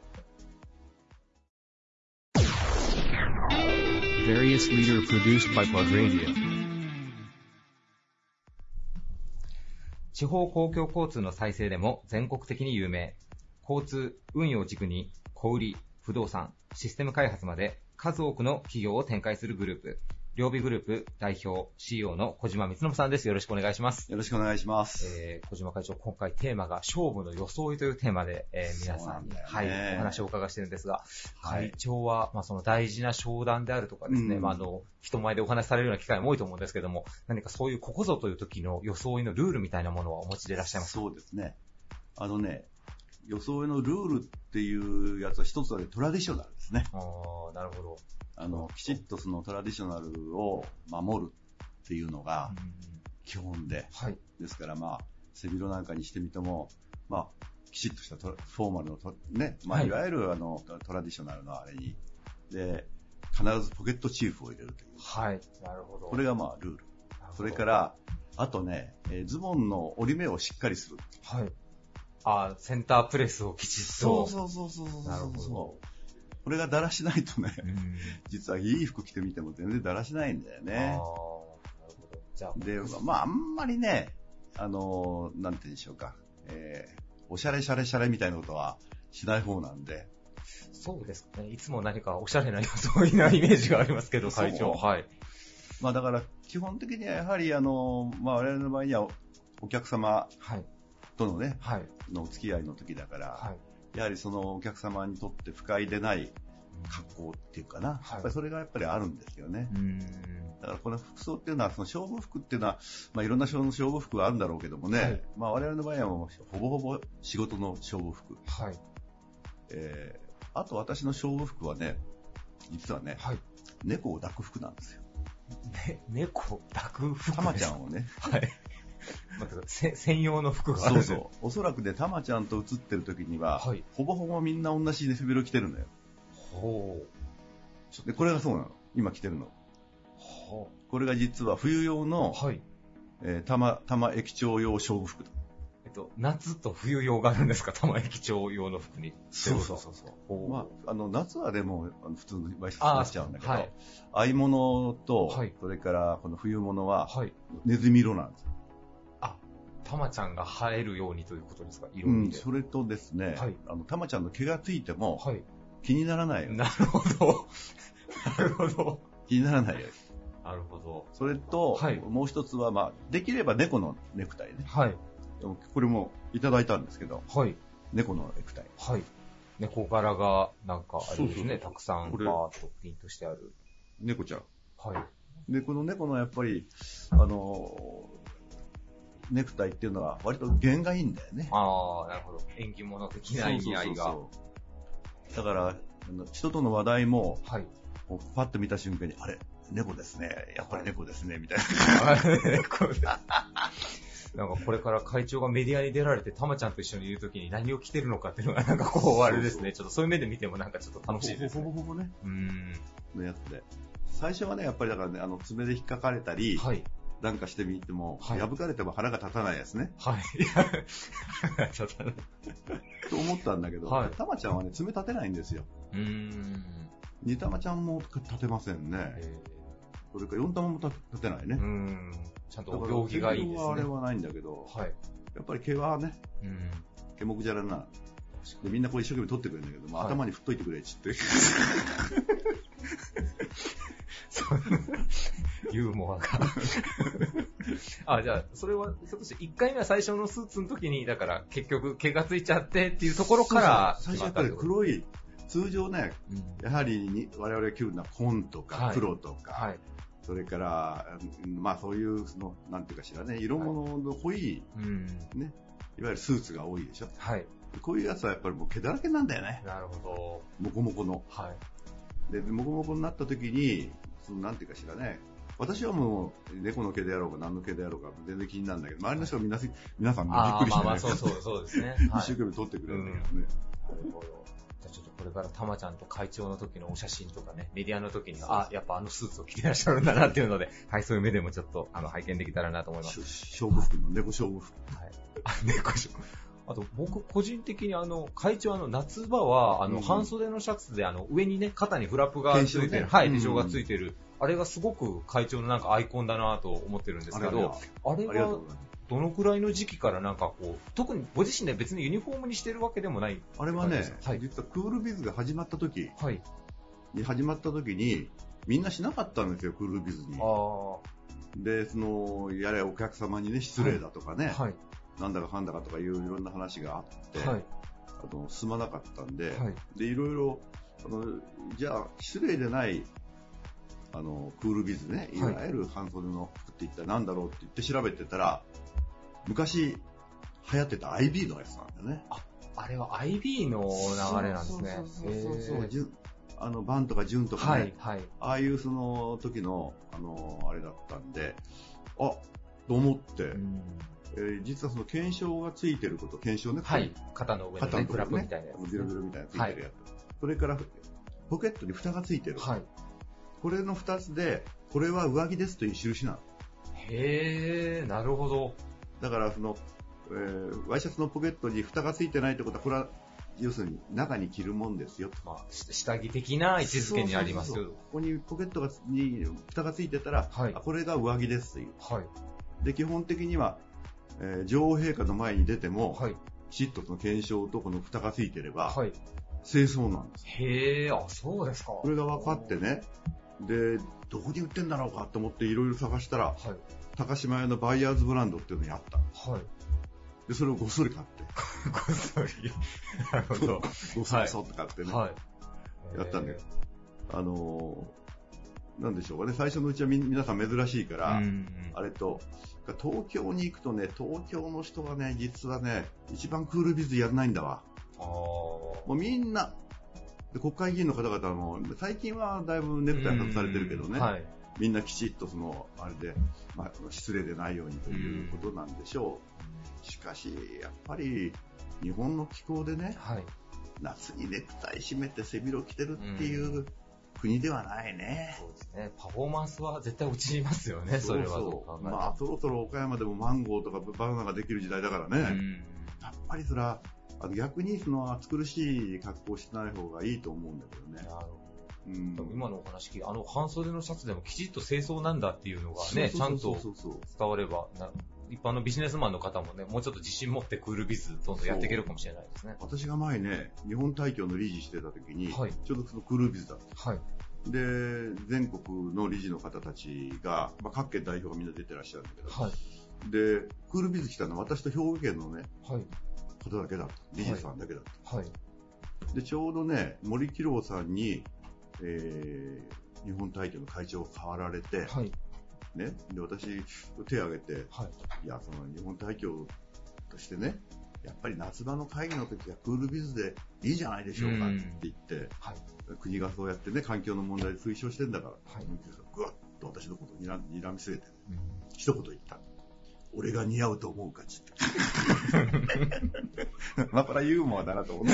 Various leader produced by Plug Radio。 地方公共交通の再生でも全国的に有名。交通、運輸を軸に小売、不動産、システム開発まで数多くの企業を展開するグループ。両備グループ代表 CEO の小島光信さんです。よろしくお願いします。 よろしくお願いします。 小島会長、今回テーマが勝負の装いというテーマで、皆さんに、はい、お話をお伺いしているんですが、はい、会長は、その大事な商談であるとかですね、人前でお話しされるような機会も多いと思うんですけども、何かそういうここぞという時の装いのルールみたいなものはお持ちでいらっしゃいますか？ そうですね。装いのルールっていうやつは一つはトラディショナルですね。 なるほど。 きちっとそのトラディショナルを守るっていうのが基本で、はい、ですから背広なんかにしてみても、きちっとしたフォーマルのね、いわゆるトラディショナルのあれに、で、必ずポケットチーフを入れるという。 はい、なるほど。 これがルール。それから、あとね、ズボンの折り目をしっかりする。 はい。センタープレスをきちっと。 そう。なるほど。これがだらしないとね、実はいい服着てみても全然だらしないんだよね。なるほど。じゃあ。で、あんまりね、なんて言うんでしょうか、おしゃれシャレシャレみたいなことはしない方なんで。 そうですね。いつも何かおしゃれな装いなイメージがありますけど、会長。はい。 だから基本的にはやはり我々の場合にはお客様とのね、はい、のお付き合いの時だから、はい、やはりそのお客様にとって不快でない格好っていうかな、やっぱりそれがやっぱりあるんですよね。だからこの服装っていうのは、その勝負服っていうのは、いろんな勝負服があるんだろうけどもね、はい、我々の場合はもうほぼほぼ仕事の勝負服。はい。あと私の勝負服はね、実はね、はい、猫を抱く服なんですよ。 猫を抱く服です。 たまちゃんをね。はい。 専用の服がある。 そう。おそらくね、たまちゃんと写ってる時には、はい、ほぼほぼみんな同じ背広着てるんだよ。ほう。で、これがそうなの。今着てるの。ほう。これが実は冬用の、はい。多摩駅長用勝負服だ。 夏と冬用があるんですか、多摩駅長用の服に。 そう。夏はでも、普通のワイシャツになっちゃうんだけど、はい、合い物と、はい、それからこの冬物は、はい、ネズミ色なんですよ。 タマちゃんが生えるようにということですか、色味で。 それとですね、 はい、 タマちゃんの毛がついても、気にならないよ。 なるほど。なるほど。 気にならないよ。 なるほど。 それと、もう一つは、まあ、できれば猫のネクタイね。 はい。 これもいただいたんですけど、 はい。 猫のネクタイ。 はい。猫柄がなんかあれですね、たくさんバーッとピンとしてある。 猫ちゃん。 はい。 で、この猫のやっぱり、ネクタイっていうのは割と弦がいいんだよね。 ああ、なるほど。縁起物的な意味合いが。 だから、人との話題も、パッと見た瞬間に、あれ、猫ですね。やっぱり猫ですね、みたいな。猫だ。 なんかこれから会長がメディアに出られて、タマちゃんと一緒にいるときに何を着てるのかっていうのがなんかこう、あれですね。ちょっとそういう目で見てもなんかちょっと楽しいですね。 ほぼほぼね。のやつで。最初はね、やっぱりだからね、爪で引っかかれたり、なんかしてみても、破かれても腹が立たないやつね。 はい。 と思ったんだけど、タマちゃんはね、爪立てないんですよ。2タマちゃんも立てませんね。それから4タマも立てないね。 ちゃんとお行儀がいいですね。 あれはないんだけど、やっぱり毛はね、毛目じゃらな。でみんなこう一生懸命取ってくれるんだけど、頭に振っといてくれっつって。 ユーモアが。じゃあ、それは、ひょっとして1回目は最初のスーツの時に、だから結局毛がついちゃってっていうところから最初やっぱり黒い、通常ね、やはり我々が着るのは紺とか黒とか、それから、まあそういう、なんていうかしらね、色物の濃い、ね、いわゆるスーツが多いでしょ。こういうやつはやっぱりもう毛だらけなんだよね。 なるほど。 モコモコの。で、モコモコになった時に、なんていうかしらね、私はもう猫の毛であろうが何の毛であろうが全然気になるんだけど、周りの人は皆さんびっくりしてね。 そうですね。 一生懸命撮ってくれるんだけどね。 なるほど。じゃあちょっとこれからタマちゃんと会長の時のお写真とかね、メディアの時にやっぱスーツを着てらっしゃるんだなっていうので、そういう目でもちょっと拝見できたらなと思います。 勝負服の猫勝負服。 猫勝負。あと僕個人的に会長夏場は半袖のシャツで上にね肩にフラップがついてる、手錠がついてる、あれがすごく会長のなんかアイコンだなと思ってるんですけど、あれはどのくらいの時期からなんかこう特にご自身で別にユニフォームにしてるわけでもない。 あれはね、実はクールビズが始まった時にみんなしなかったんですよ、クールビズに。でやれお客様にね失礼だとかね。なんだかかんだかとかいういろんな話があって、進まなかったんで、でいろいろじゃあ失礼でないクールビズね、いわゆる半袖の服って一体何だろうって言って調べてたら、昔流行ってた IB のやつなんだよね。 あれは IB の流れなんですね。 バンとかジュンとかね、ああいうその時のあれだったんで、と思って。実はその懸賞がついてること、懸賞ね、 肩の上のフラップみたいなやつ、 ビロビロみたいなついてるやつ、それからポケットに蓋がついてる、これの2つで、これは上着ですという印なの。 へー、なるほど。 だからワイシャツのポケットに蓋がついてないってことは、これは要するに中に着るもんですよ、 下着的な位置づけにありますよ。 ここにポケットに蓋がついてたら、これが上着ですという、で基本的には女王陛下の前に出ても、きちっとその懸賞とこの蓋がついてれば、清掃なんです。 へー、そうですか。 これが分かってね、で、どこに売ってんだろうかと思っていろいろ探したら、高島屋のバイヤーズブランドっていうのにあった。で、それをごっそり買って。 ごっそり。なるほど。 ごっそりそって買ってね、やったんだけど、なんでしょうかね、最初のうちは皆さん珍しいから、あれと、東京に行くとね、東京の人はね、実はね、一番クールビズやらないんだわ。もうみんな、で国会議員の方々も、最近はだいぶネクタイ外されてるけどね、みんなきちっとあれで、失礼でないようにということなんでしょう。しかし、やっぱり、日本の気候でね、夏にネクタイ締めて背広着てるっていう、国ではないね。 そうですね。パフォーマンスは絶対落ちますよね、それは。 そろそろ岡山でもマンゴーとかバナナができる時代だからね。やっぱりそれは、逆に暑苦しい格好してない方がいいと思うんだけどね。 今のお話聞いて、半袖のシャツでもきちっと清掃なんだっていうのがね、ちゃんと伝われば、 一般のビジネスマンの方もね、もうちょっと自信持ってクールビズどんどんやっていけるかもしれないですね。 私が前ね、日本大協の理事してた時に、はい、ちょうどそのクールビズだった。はい。で、全国の理事の方たちが、まあ、各県代表がみんな出てらっしゃるんだけど、はい。で、クールビズ来たのは私と兵庫県のね、はい。方だけだった。理事さんだけだった。はい。で、ちょうどね、森喜朗さんに、日本大協の会長を変わられて、はい。ね、で私、手を挙げて、はい、いや、その日本大協としてね、やっぱり夏場の会議の時はクールビズでいいじゃないでしょうかって言って、はい、国がそうやってね、環境の問題で推奨してんだから、はい、ぐわっと私のことを睨み据えて、一言言った。俺が似合うと思うかっつって。まあ、これはユーモアだなと思って。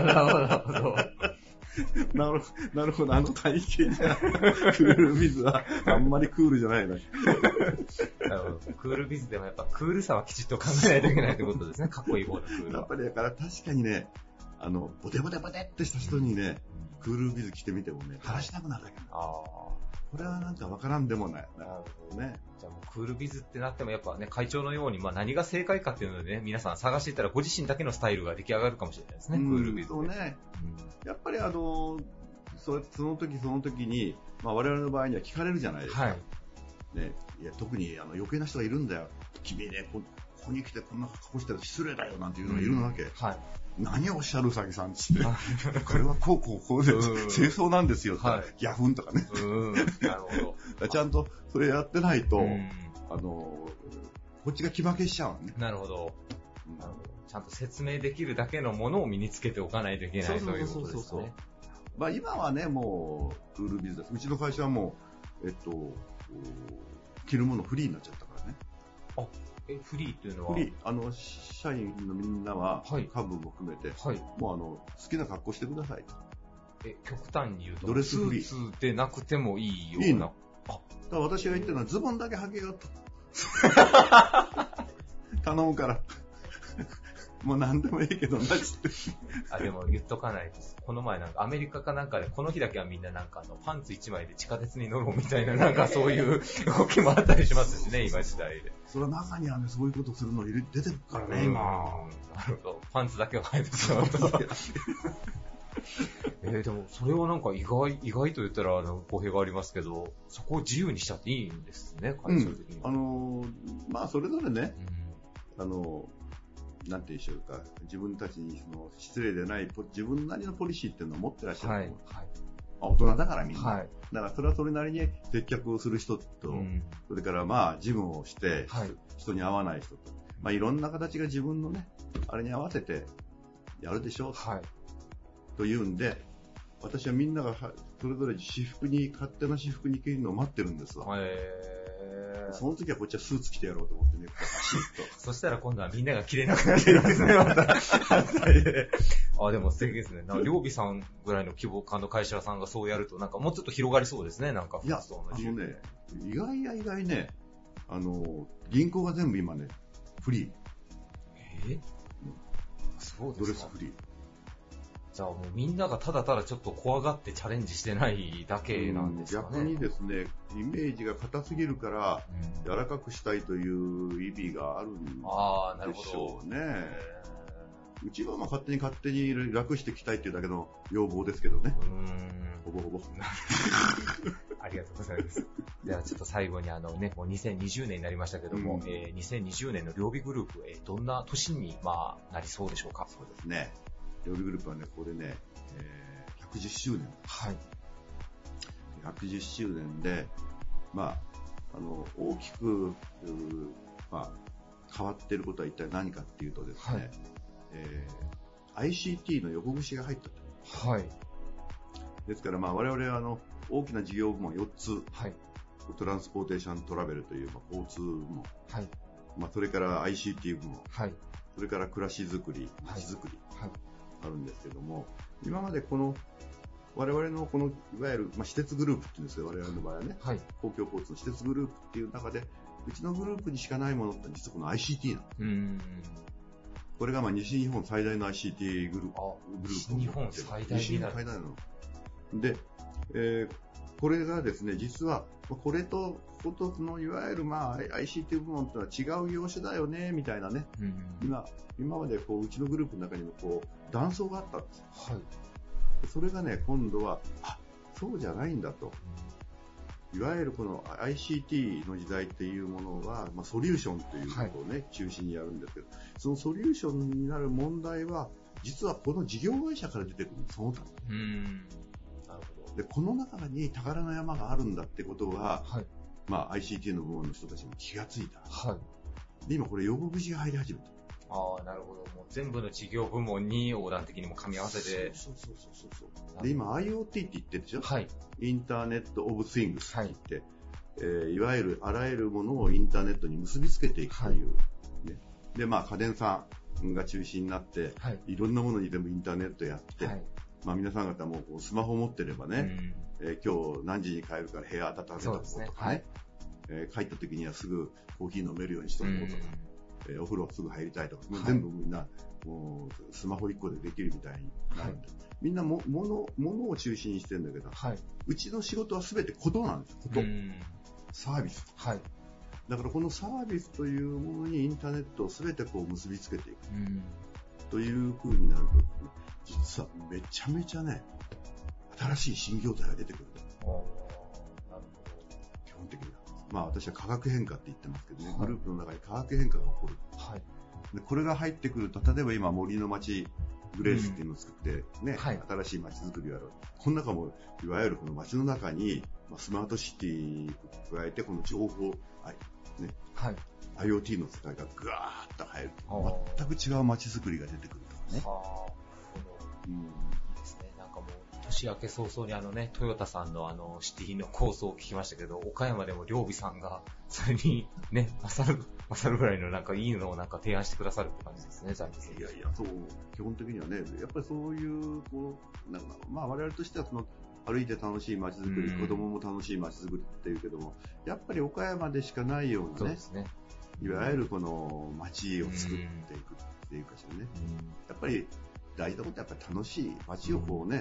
なるほど、あの体型じゃクールビズはあんまりクールじゃないな。 クールビズでもやっぱクールさはきちっと考えないといけないってことですね。かっこいい方のクールは。 やっぱりだから確かにね、ボテボテボテってした人にね、クールビズ着てみてもね、垂らしたくなるだけだ。これはなんかわからんでもない。なるほどね。 じゃあもうクールビズってなってもやっぱね、会長のように、まあ何が正解かっていうのでね、皆さん探していったらご自身だけのスタイルが出来上がるかもしれないですね、クールビズで。 そうね。やっぱりその時その時に、まあ我々の場合には聞かれるじゃないですか。はい。ね、いや特に余計な人がいるんだよ。君ね、ここに来てこんな格好してると失礼だよなんていうのがいるわけ。はい。何をおっしゃるうさぎさんって。これはこうで、清掃なんですよって。はい、ギャフンとかね。なるほど。ちゃんとそれやってないと、こっちが気負けしちゃうのね。 なるほど。ちゃんと説明できるだけのものを身につけておかないといけないということですね。 まあ今はね、もう、クールビズです。うちの会社はもう、着るものフリーになっちゃったからね。 あ、フリーっていうのは？ フリー。社員のみんなは、幹部も含めて、はい、もう好きな格好してくださいと。 極端に言うと、 ドレスフリー。 スーツでなくてもいいような。 いいの。だから私が言ってるのは、ズボンだけ履けよと。頼むから。もう何でもいいけどなっつって。 でも言っとかないです。この前なんかアメリカかなんかでこの日だけはみんななんかパンツ1枚で地下鉄に乗ろうみたいななんかそういう動きもあったりしますしね、今時代で。 それは中にはね、そういうことするの出てるからね、今。 なるほど。パンツだけは履いてしまうと。でもそれはなんか意外と言ったら語弊がありますけど、そこを自由にしちゃっていいんですね、会社的には。 まあそれぞれね、なんて言うんでしょうか、自分たちに失礼でない自分なりのポリシーっていうのを持ってらっしゃると思う。はいはい、大人だからみんな。はい、だからそれはそれなりに接客をする人と、それからまあ事務をして、人に会わない人と、まあいろんな形が自分のね、あれに合わせてやるでしょう、というんで、私はみんながそれぞれ勝手な私服に着るのを待ってるんですわ。その時はこっちはスーツ着てやろうと思ってね、 そしたら今度はみんなが着れなくなってるんですね、また。でも素敵ですね。両備さんぐらいの規模感の会社さんがそうやると、なんかもうちょっと広がりそうですね、なんか。 いや、意外ね、銀行が全部今ね、フリー。 そうですか。 ドレスフリー。 じゃあもうみんながただただちょっと怖がってチャレンジしてないだけなんですかね。 逆にですね、イメージが硬すぎるから、柔らかくしたいという意味があるんでしょうね。うちは勝手に楽してきたいっていうだけの要望ですけどね。ほぼほぼ。 ありがとうございます。ではちょっと最後にもう2020年になりましたけども、2020年の両備グループ、どんな年になりそうでしょうか。 そうですね。両備グループはね、これね、110周年。はい。110周年で、大きく、変わっていることは一体何かっていうとですね、ICT の横串が入ったと。はい。ですから、我々大きな事業部門4つ、はい。トランスポーテーショントラベルという、交通部門。はい。それから ICT 部門。はい。それから暮らしづくり、街づくり。はい。あるんですけども、今まで我々のいわゆる、私鉄グループっていうんですけど、我々の場合はね、はい、公共交通の私鉄グループっていう中で、うちのグループにしかないものって実はこの ICT なの。これが西日本最大の ICT グループ。 西日本最大になる。 西日本最大なの。で、 これがですね、実は、これと、ことのいわゆるICT 部門とは違う業種だよね、みたいなね。今までうちのグループの中にも断層があったんです。それがね、今度は、そうじゃないんだと。いわゆるこの ICT の時代っていうものは、ソリューションということをね、中心にやるんですけど、そのソリューションになる問題は、実はこの事業会社から出てくるその他。で、この中に宝の山があるんだってことは、ICT の部門の人たちに気がついた。で、今これ予告口が入り始めた。 なるほど。もう全部の事業部門に横断的にも噛み合わせて。 で、今 IoT って言ってるでしょ。インターネットオブスイングスって言って、いわゆるあらゆるものをインターネットに結びつけていくという。ね、で、家電さんが中心になって、いろんなものに全部インターネットやって、皆さん方もスマホ持ってればね、今日何時に帰るから部屋温めたこうとかね、帰った時にはすぐコーヒー飲めるようにしとこうとか、お風呂すぐ入りたいとか、全部みんなもうスマホ1個でできるみたいになるんで、みんな物を中心にしてるんだけど、うちの仕事は全てことなんです。サービス。だからこのサービスというものにインターネットを全て結びつけていくという風になると、実はめちゃめちゃね、新しい新業態が出てくる。基本的には。私は化学変化って言ってますけどね、グループの中に化学変化が起こる。でこれが入ってくると、例えば今森の町グレースっていうのを作ってね、新しい街づくりをやる。この中もいわゆるこの街の中にスマートシティに加えてこの情報、IoT の世界がぐわーっと入る。全く違う街づくりが出てくるとかね。 いいですね。なんかもう年明け早々にトヨタさんのシティの構想を聞きましたけど、岡山でも両備さんがそれにね、勝るぐらいのいいのを提案してくださるって感じですね、財務省。 そう、基本的にはね、やっぱりそういう、我々としては歩いて楽しい街づくり、子供も楽しい街づくりっていうけども、やっぱり岡山でしかないようなね、いわゆるこの街を作っていくっていうかしらね、やっぱり大事なことはやっぱり楽しい街を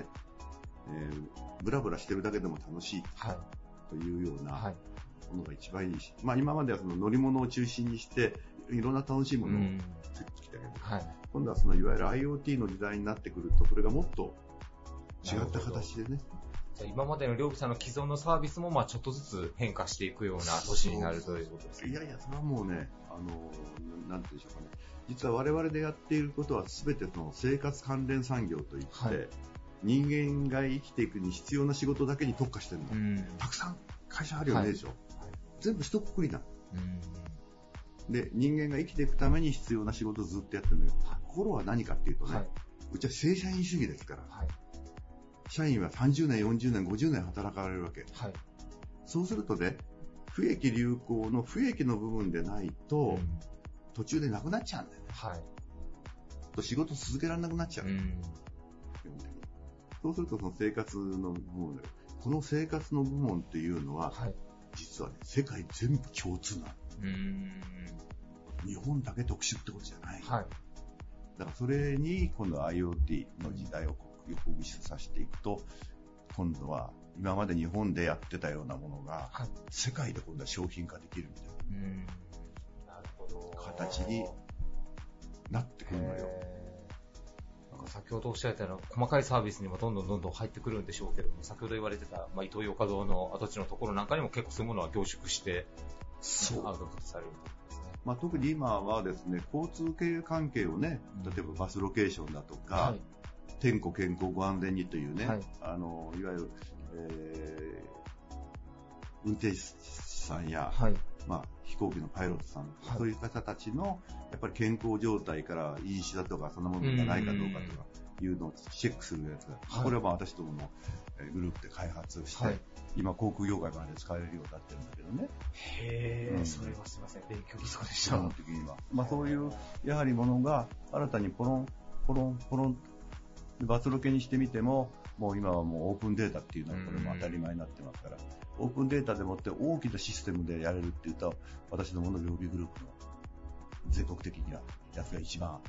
ブラブラしてるだけでも楽しいというようなものが一番いいし、今まではその乗り物を中心にしていろんな楽しいものを作ってきたけど、今度はいわゆる IoT の時代になってくると、これがもっと違った形でね。 今までの両備さんの既存のサービスもちょっとずつ変化していくような年になるということですね。 それはもうね、なんていうんでしょうかね。実は我々でやっていることは全てその生活関連産業といって、人間が生きていくに必要な仕事だけに特化してるの。たくさん会社あるよねでしょ。全部一括りな。で、人間が生きていくために必要な仕事をずっとやってるんだけど、心は何かっていうとね、うちは正社員主義ですから、社員は30年、40年、50年働かれるわけ。そうするとね、不益流行の不益の部分でないと、途中でなくなっちゃうんだよね。と仕事続けられなくなっちゃう。基本的に。そうするとその生活の部門で、この生活の部門っていうのは、実はね、世界全部共通なの。日本だけ特殊ってことじゃない。だからそれに今度は IoT の時代を横串させていくと、今度は今まで日本でやってたようなものが、世界で今度は商品化できるみたいな形になってくるのよ。 先ほどおっしゃったような細かいサービスにもどんどん入ってくるんでしょうけども、先ほど言われてた、イトーヨーカドーの跡地のところなんかにも結構そういうものは凝縮してアウトプットされるんですね。 特に今はですね、交通系関係をね、例えばバスロケーションだとか、天候健康ご安全にというね、いわゆる、運転手さんや、飛行機のパイロットさん、そういう方たちのやっぱり健康状態から飲酒だとかそんなものがないかどうかとかいうのをチェックするやつが、これは私どものグループで開発して、今航空業界まで使えるようになってるんだけどね。 それはすみません、勉強不足でした。 基本的には、そういうやはりものが新たにポロンポロンポロンバスロケにしてみても、もう今はもうオープンデータっていうのはこれも当たり前になってますから、オープンデータでもって大きなシステムでやれるっていうと、私どもの両備グループの全国的にはやつが一番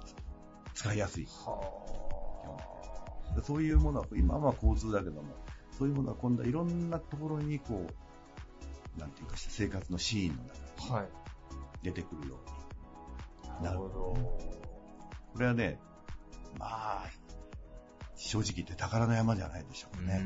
使いやすい。そういうものは今は交通だけども、 そういうものが今度はいろんなところにこう、なんていうか生活のシーンの中に出てくるようになる。なるほど。これはね、まあ、正直言って宝の山じゃないでしょうね。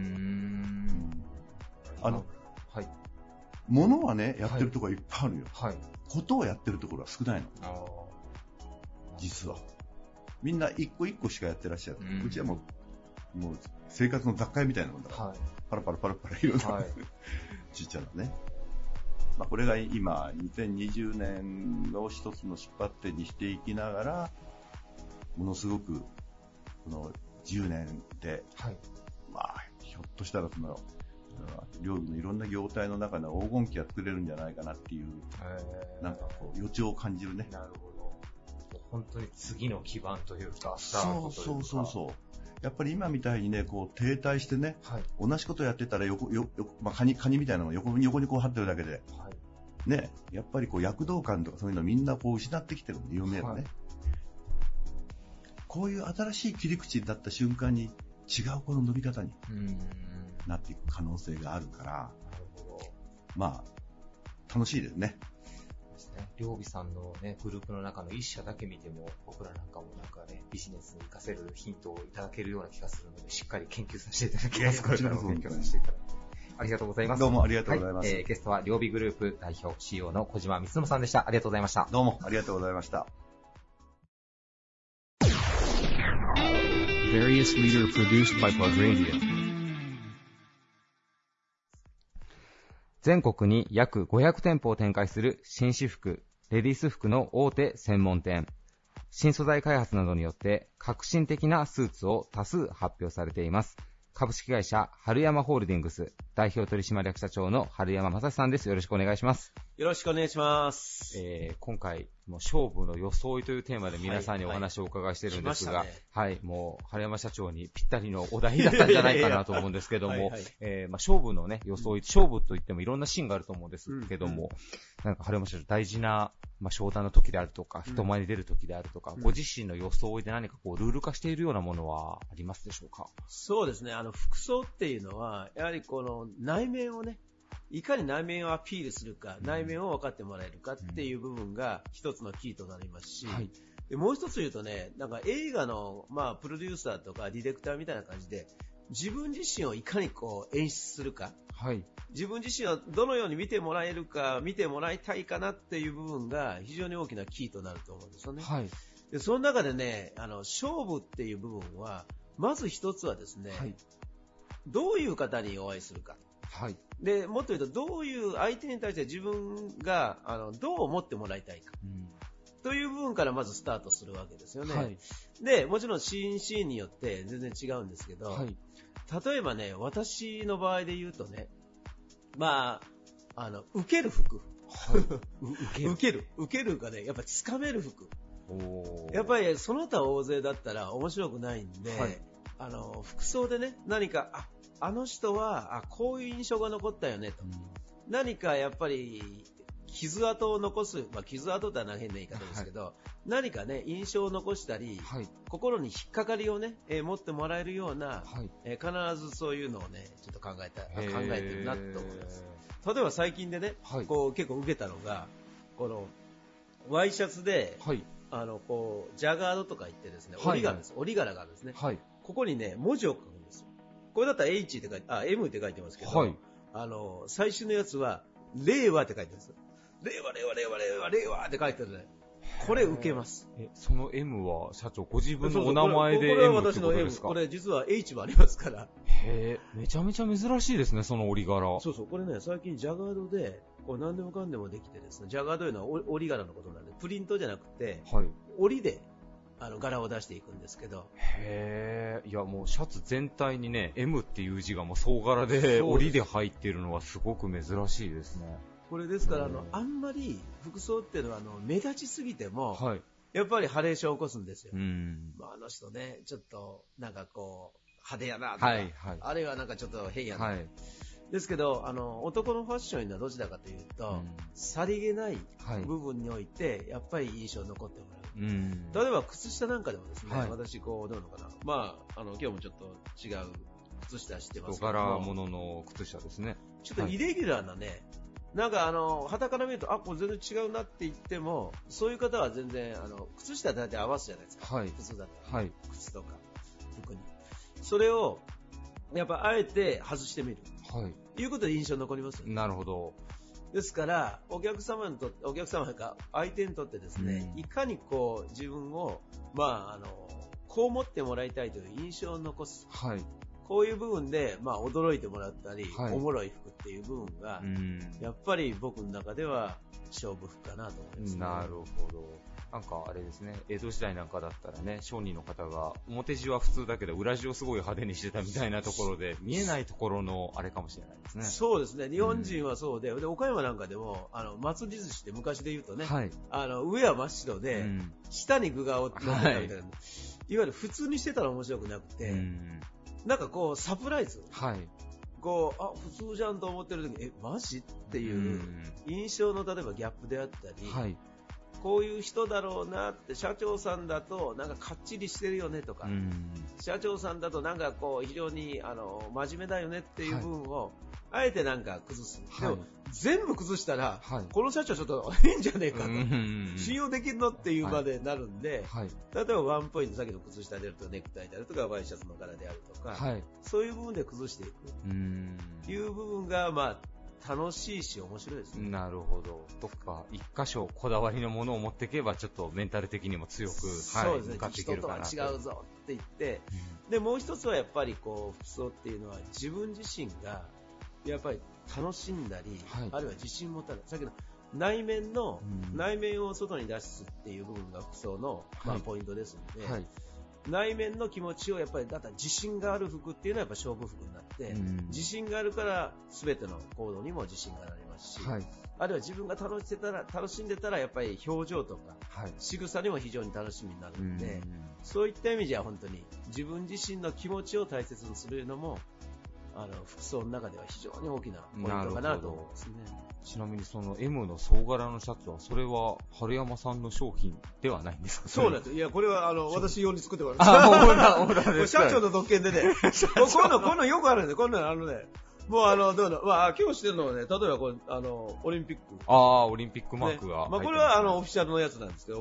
はい。物はね、やってるところはいっぱいあるよ。はい。ことをやってるところは少ないの。実は。みんな一個一個しかやってらっしゃる。うちはもう生活の雑貨みたいなもんだから、はい、パラパラパラパラいろんな、はい、ちっちゃなね。まあ、これが今、2020年を一つの出発点にしていきながら、ものすごく、この10年で、はい、まあ、ひょっとしたら料理のいろんな業態の中で黄金期が作れるんじゃないかなっていう、なんかこう予兆を感じるね。 なるほど。本当に次の基盤というか、スタートというか。 そう。やっぱり今みたいにね、こう停滞してね、はい、同じことやってたらまあ、カニみたいなのを横にこう張ってるだけで、はい、ね、やっぱりこう躍動感とかそういうのをみんなこう失ってきてるんで、夢をね、はい、こういう新しい切り口だった瞬間に違うこの伸び方になっていく可能性があるから、まあ楽しいですね。 両備さんのね、グループの中の一社だけ見ても、僕らなんかもなんかね、ビジネスに活かせるヒントをいただけるような気がするので、しっかり研究させていただきます。こちらも研究させていただきます。ありがとうございます。 どうもありがとうございます。 はい、ゲストは両備グループ代表 CEO の小島光信さんでした。ありがとうございました。 どうもありがとうございました。 Various leader produced by Plug Radio。 全国に約500店舗を展開する紳士服、レディース服の大手専門店。新素材開発などによって革新的なスーツを多数発表されています。株式会社春山ホールディングス代表取締役社長の春山正さんです。よろしくお願いします。 よろしくお願いします。 今回もう勝負の装いというテーマで皆さんにお話をお伺いしているんですが、はい、はい、もう春山社長にぴったりのお題だったんじゃないかなと思うんですけども、勝負のね装い、勝負といってもいろんなシーンがあると思うんですけども、なんか春山社長大事な商談の時であるとか、人前に出る時であるとか、ご自身の装いで何かこうルール化しているようなものはありますでしょうか？ そうですね。服装っていうのはやはりこの内面をね、いかに内面をアピールするか、内面を分かってもらえるかっていう部分が一つのキーとなりますし、でもう一つ言うとね、なんか映画のプロデューサーとかディレクターみたいな感じで、自分自身をいかにこう演出するか、はい、自分自身はどのように見てもらえるか、見てもらいたいかなっていう部分が非常に大きなキーとなると思うんですよね。はい、でその中でね、勝負っていう部分はまず一つはですね、はい、どういう方にお会いするか。はい、でもっと言うと、どういう相手に対して自分がどう思ってもらいたいか、という部分からまずスタートするわけですよね。はい、でもちろんシーンによって全然違うんですけど、はい、例えばね、私の場合で言うとね、受ける服、はい、受けるがね、やっぱりつかめる服、やっぱりその他大勢だったら面白くないんで、はい、服装でね、何かあの人はこういう印象が残ったよねと、何かやっぱり傷跡を残す、傷跡ってのは変な言い方ですけど、はい、何かね印象を残したり、はい、心に引っかかりをね、持ってもらえるような、はい、必ずそういうのをねちょっと考えてるなと思います。例えば最近でね、はい、こう結構受けたのが、このワイシャツで、はい、こうジャガードとか言ってですね、折り柄です、折り柄があるんですね。はい、ここにね文字を書くんですよ。これだったら H って書いて、M って書いてますけど、はい、最初のやつは令和って書いてるんです。令和って書いてるね。これ受けます。 その M は社長ご自分のお名前で M ってことですか？ これ実は H もありますから。 へぇ、めちゃめちゃ珍しいですね、その折り柄。 そう、これね、最近ジャガードで、こう何でもかんでもできてですね、ジャガードというのは折り柄のことなんで、プリントじゃなくて、はい、折りで、柄を出していくんですけど。 へぇー、いやもうシャツ全体にね、M っていう字がもう総柄で折りで入っているのはすごく珍しいですね。 これですから、あんまり服装っていうのは目立ちすぎても、はい、やっぱりハレーションを起こすんですよ。あの人ね、ちょっとなんかこう派手やなとか、はいはい、あるいはなんかちょっと変やな、はい、ですけど男のファッションはどちらかというと、さりげない部分においてやっぱり印象に残ってもらう。例えば靴下なんかでもですね、はい、私こうどうのかな、今日もちょっと違う靴下してますけど、 柄物の靴下ですね。 ちょっとイレギュラーなね、なんか旗から見ると、これ全然違うなって言っても、そういう方は全然、靴下だって合わすじゃないですか。 はい。 靴だったら、靴とか、服に。それを、やっぱあえて外してみる。 はい。 いうことで印象に残りますよね。 なるほど。 ですから、お客様が相手にとってですね、いかにこう、自分を、こう思ってもらいたいという印象を残す。 はい。 こういう部分で、驚いてもらったり、おもろい服っていう部分が、やっぱり僕の中では勝負服かなと思いますね。 なるほど。なんかあれですね、江戸時代なんかだったらね、商人の方が表地は普通だけど裏地をすごい派手にしてたみたいなところで、見えないところのあれかもしれないですね。 そうですね、日本人はそうで、岡山なんかでも、祭り寿司って昔で言うとね、上は真っ白で、下に具が乗ってたみたいな、いわゆる普通にしてたら面白くなくて、なんかこう、サプライズ。こう、普通じゃんと思ってる時に、マジっていう印象の例えばギャップであったり、こういう人だろうなって、社長さんだとなんかかっちりしてるよねとか、社長さんだとなんかこう非常に真面目だよねっていう部分を、あえてなんか崩す。でも全部崩したら、この社長ちょっと変じゃねえかと、信用できるのっていうまでなるんで、例えばワンポイント、さっきの靴下であるとネクタイであるとかワイシャツの柄であるとか、そういう部分で崩していくいう部分が楽しいし面白いですね。 なるほど。どっか一箇所こだわりのものを持っていけばちょっとメンタル的にも強く、 そうですね、 向かっていけるかなと。 人とは違うぞって言って、でもう一つはやっぱりこう服装っていうのは自分自身がやっぱり楽しんだり、あるいは自信持たない。さっきの内面を外に出すっていう部分が服装のポイントですので、内面の気持ちをやっぱり、だったら自信がある服っていうのはやっぱ勝負服になって、自信があるから全ての行動にも自信がなりますし、あるいは自分が楽しんでたらやっぱり表情とか、仕草にも非常に楽しみになるので、そういった意味じゃ本当に自分自身の気持ちを大切にするのも服装の中では非常に大きなポイントかなと思いますね。 ちなみにその M の総柄のシャツは、それは春山さんの商品ではないんですか？ そうなんです。いや、これは私用に作ってもらいました。社長の特権でね、こんなよくあるんで、こんなもうどうだ、今日してるのはね、例えばこれオリンピック。 オリンピックマークが、 これはオフィシャルのやつなんですけど、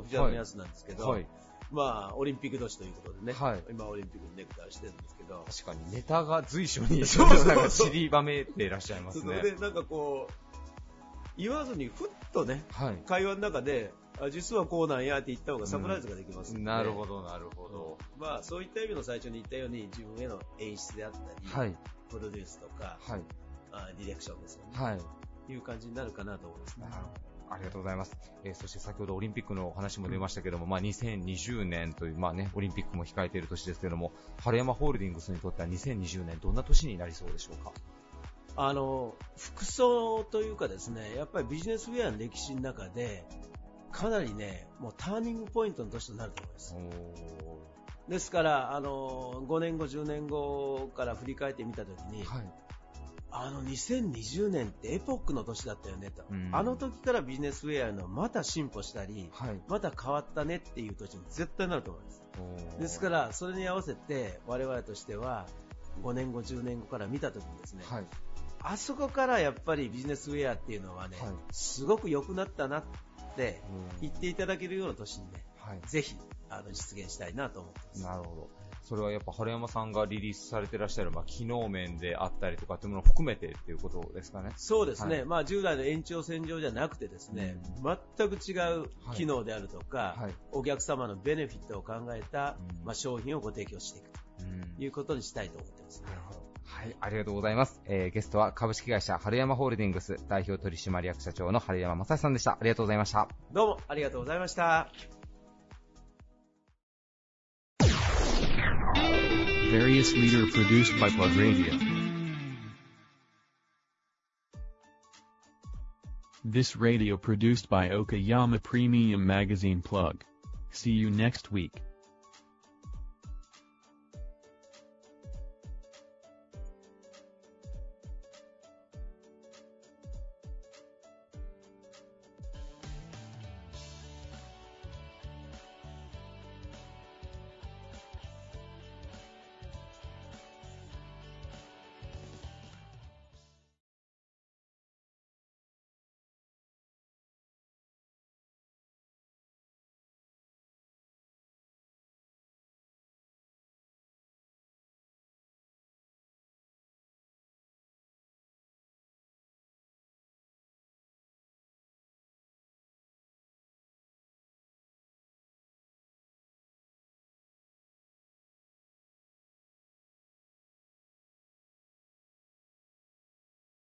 オリンピック年ということでね、今オリンピックのネクタイしてるんですけど、 確かにネタが随所に散りばめていらっしゃいますね。 でなんかこう言わずにふっとね、会話の中で実はこうなんやって言った方がサプライズができますので、 なるほどなるほど。 そういった意味の最初に言ったように自分への演出であったり、プロデュースとか、ディレクションですよね、いう感じになるかなと思いますね。 ありがとうございます。そして先ほどオリンピックのお話も出ましたけども、2020年というオリンピックも控えている年ですけども、春山ホールディングスにとっては2020年どんな年になりそうでしょうか？ 服装というかですね、やっぱりビジネスウェアの歴史の中でかなりね、もうターニングポイントの年となると思います。ですから5年後10年後から振り返ってみたときに、2020年ってエポックの年だったよねと、あの時からビジネスウェアのまた進歩したり、また変わったねっていう年に絶対なると思います。ですからそれに合わせて我々としては5年後10年後から見た時にですね、あそこからやっぱりビジネスウェアっていうのはね、すごく良くなったなって言っていただけるような年にね、ぜひ実現したいなと思ってます。 なるほど。それはやっぱ春山さんがリリースされていらっしゃる、機能面であったりとかっていうものを含めてっていうことですかね？ そうですね。従来の延長線上じゃなくてですね、全く違う機能であるとか、お客様のベネフィットを考えた、商品をご提供していくということにしたいと思ってますね。 なるほど。はい、ありがとうございます。ゲストは株式会社春山ホールディングス代表取締役社長の春山正史さんでした。ありがとうございました。 どうもありがとうございました。 Various leader produced by Plug Radio. This radio produced by Okayama Premium Magazine Plug. See you next week.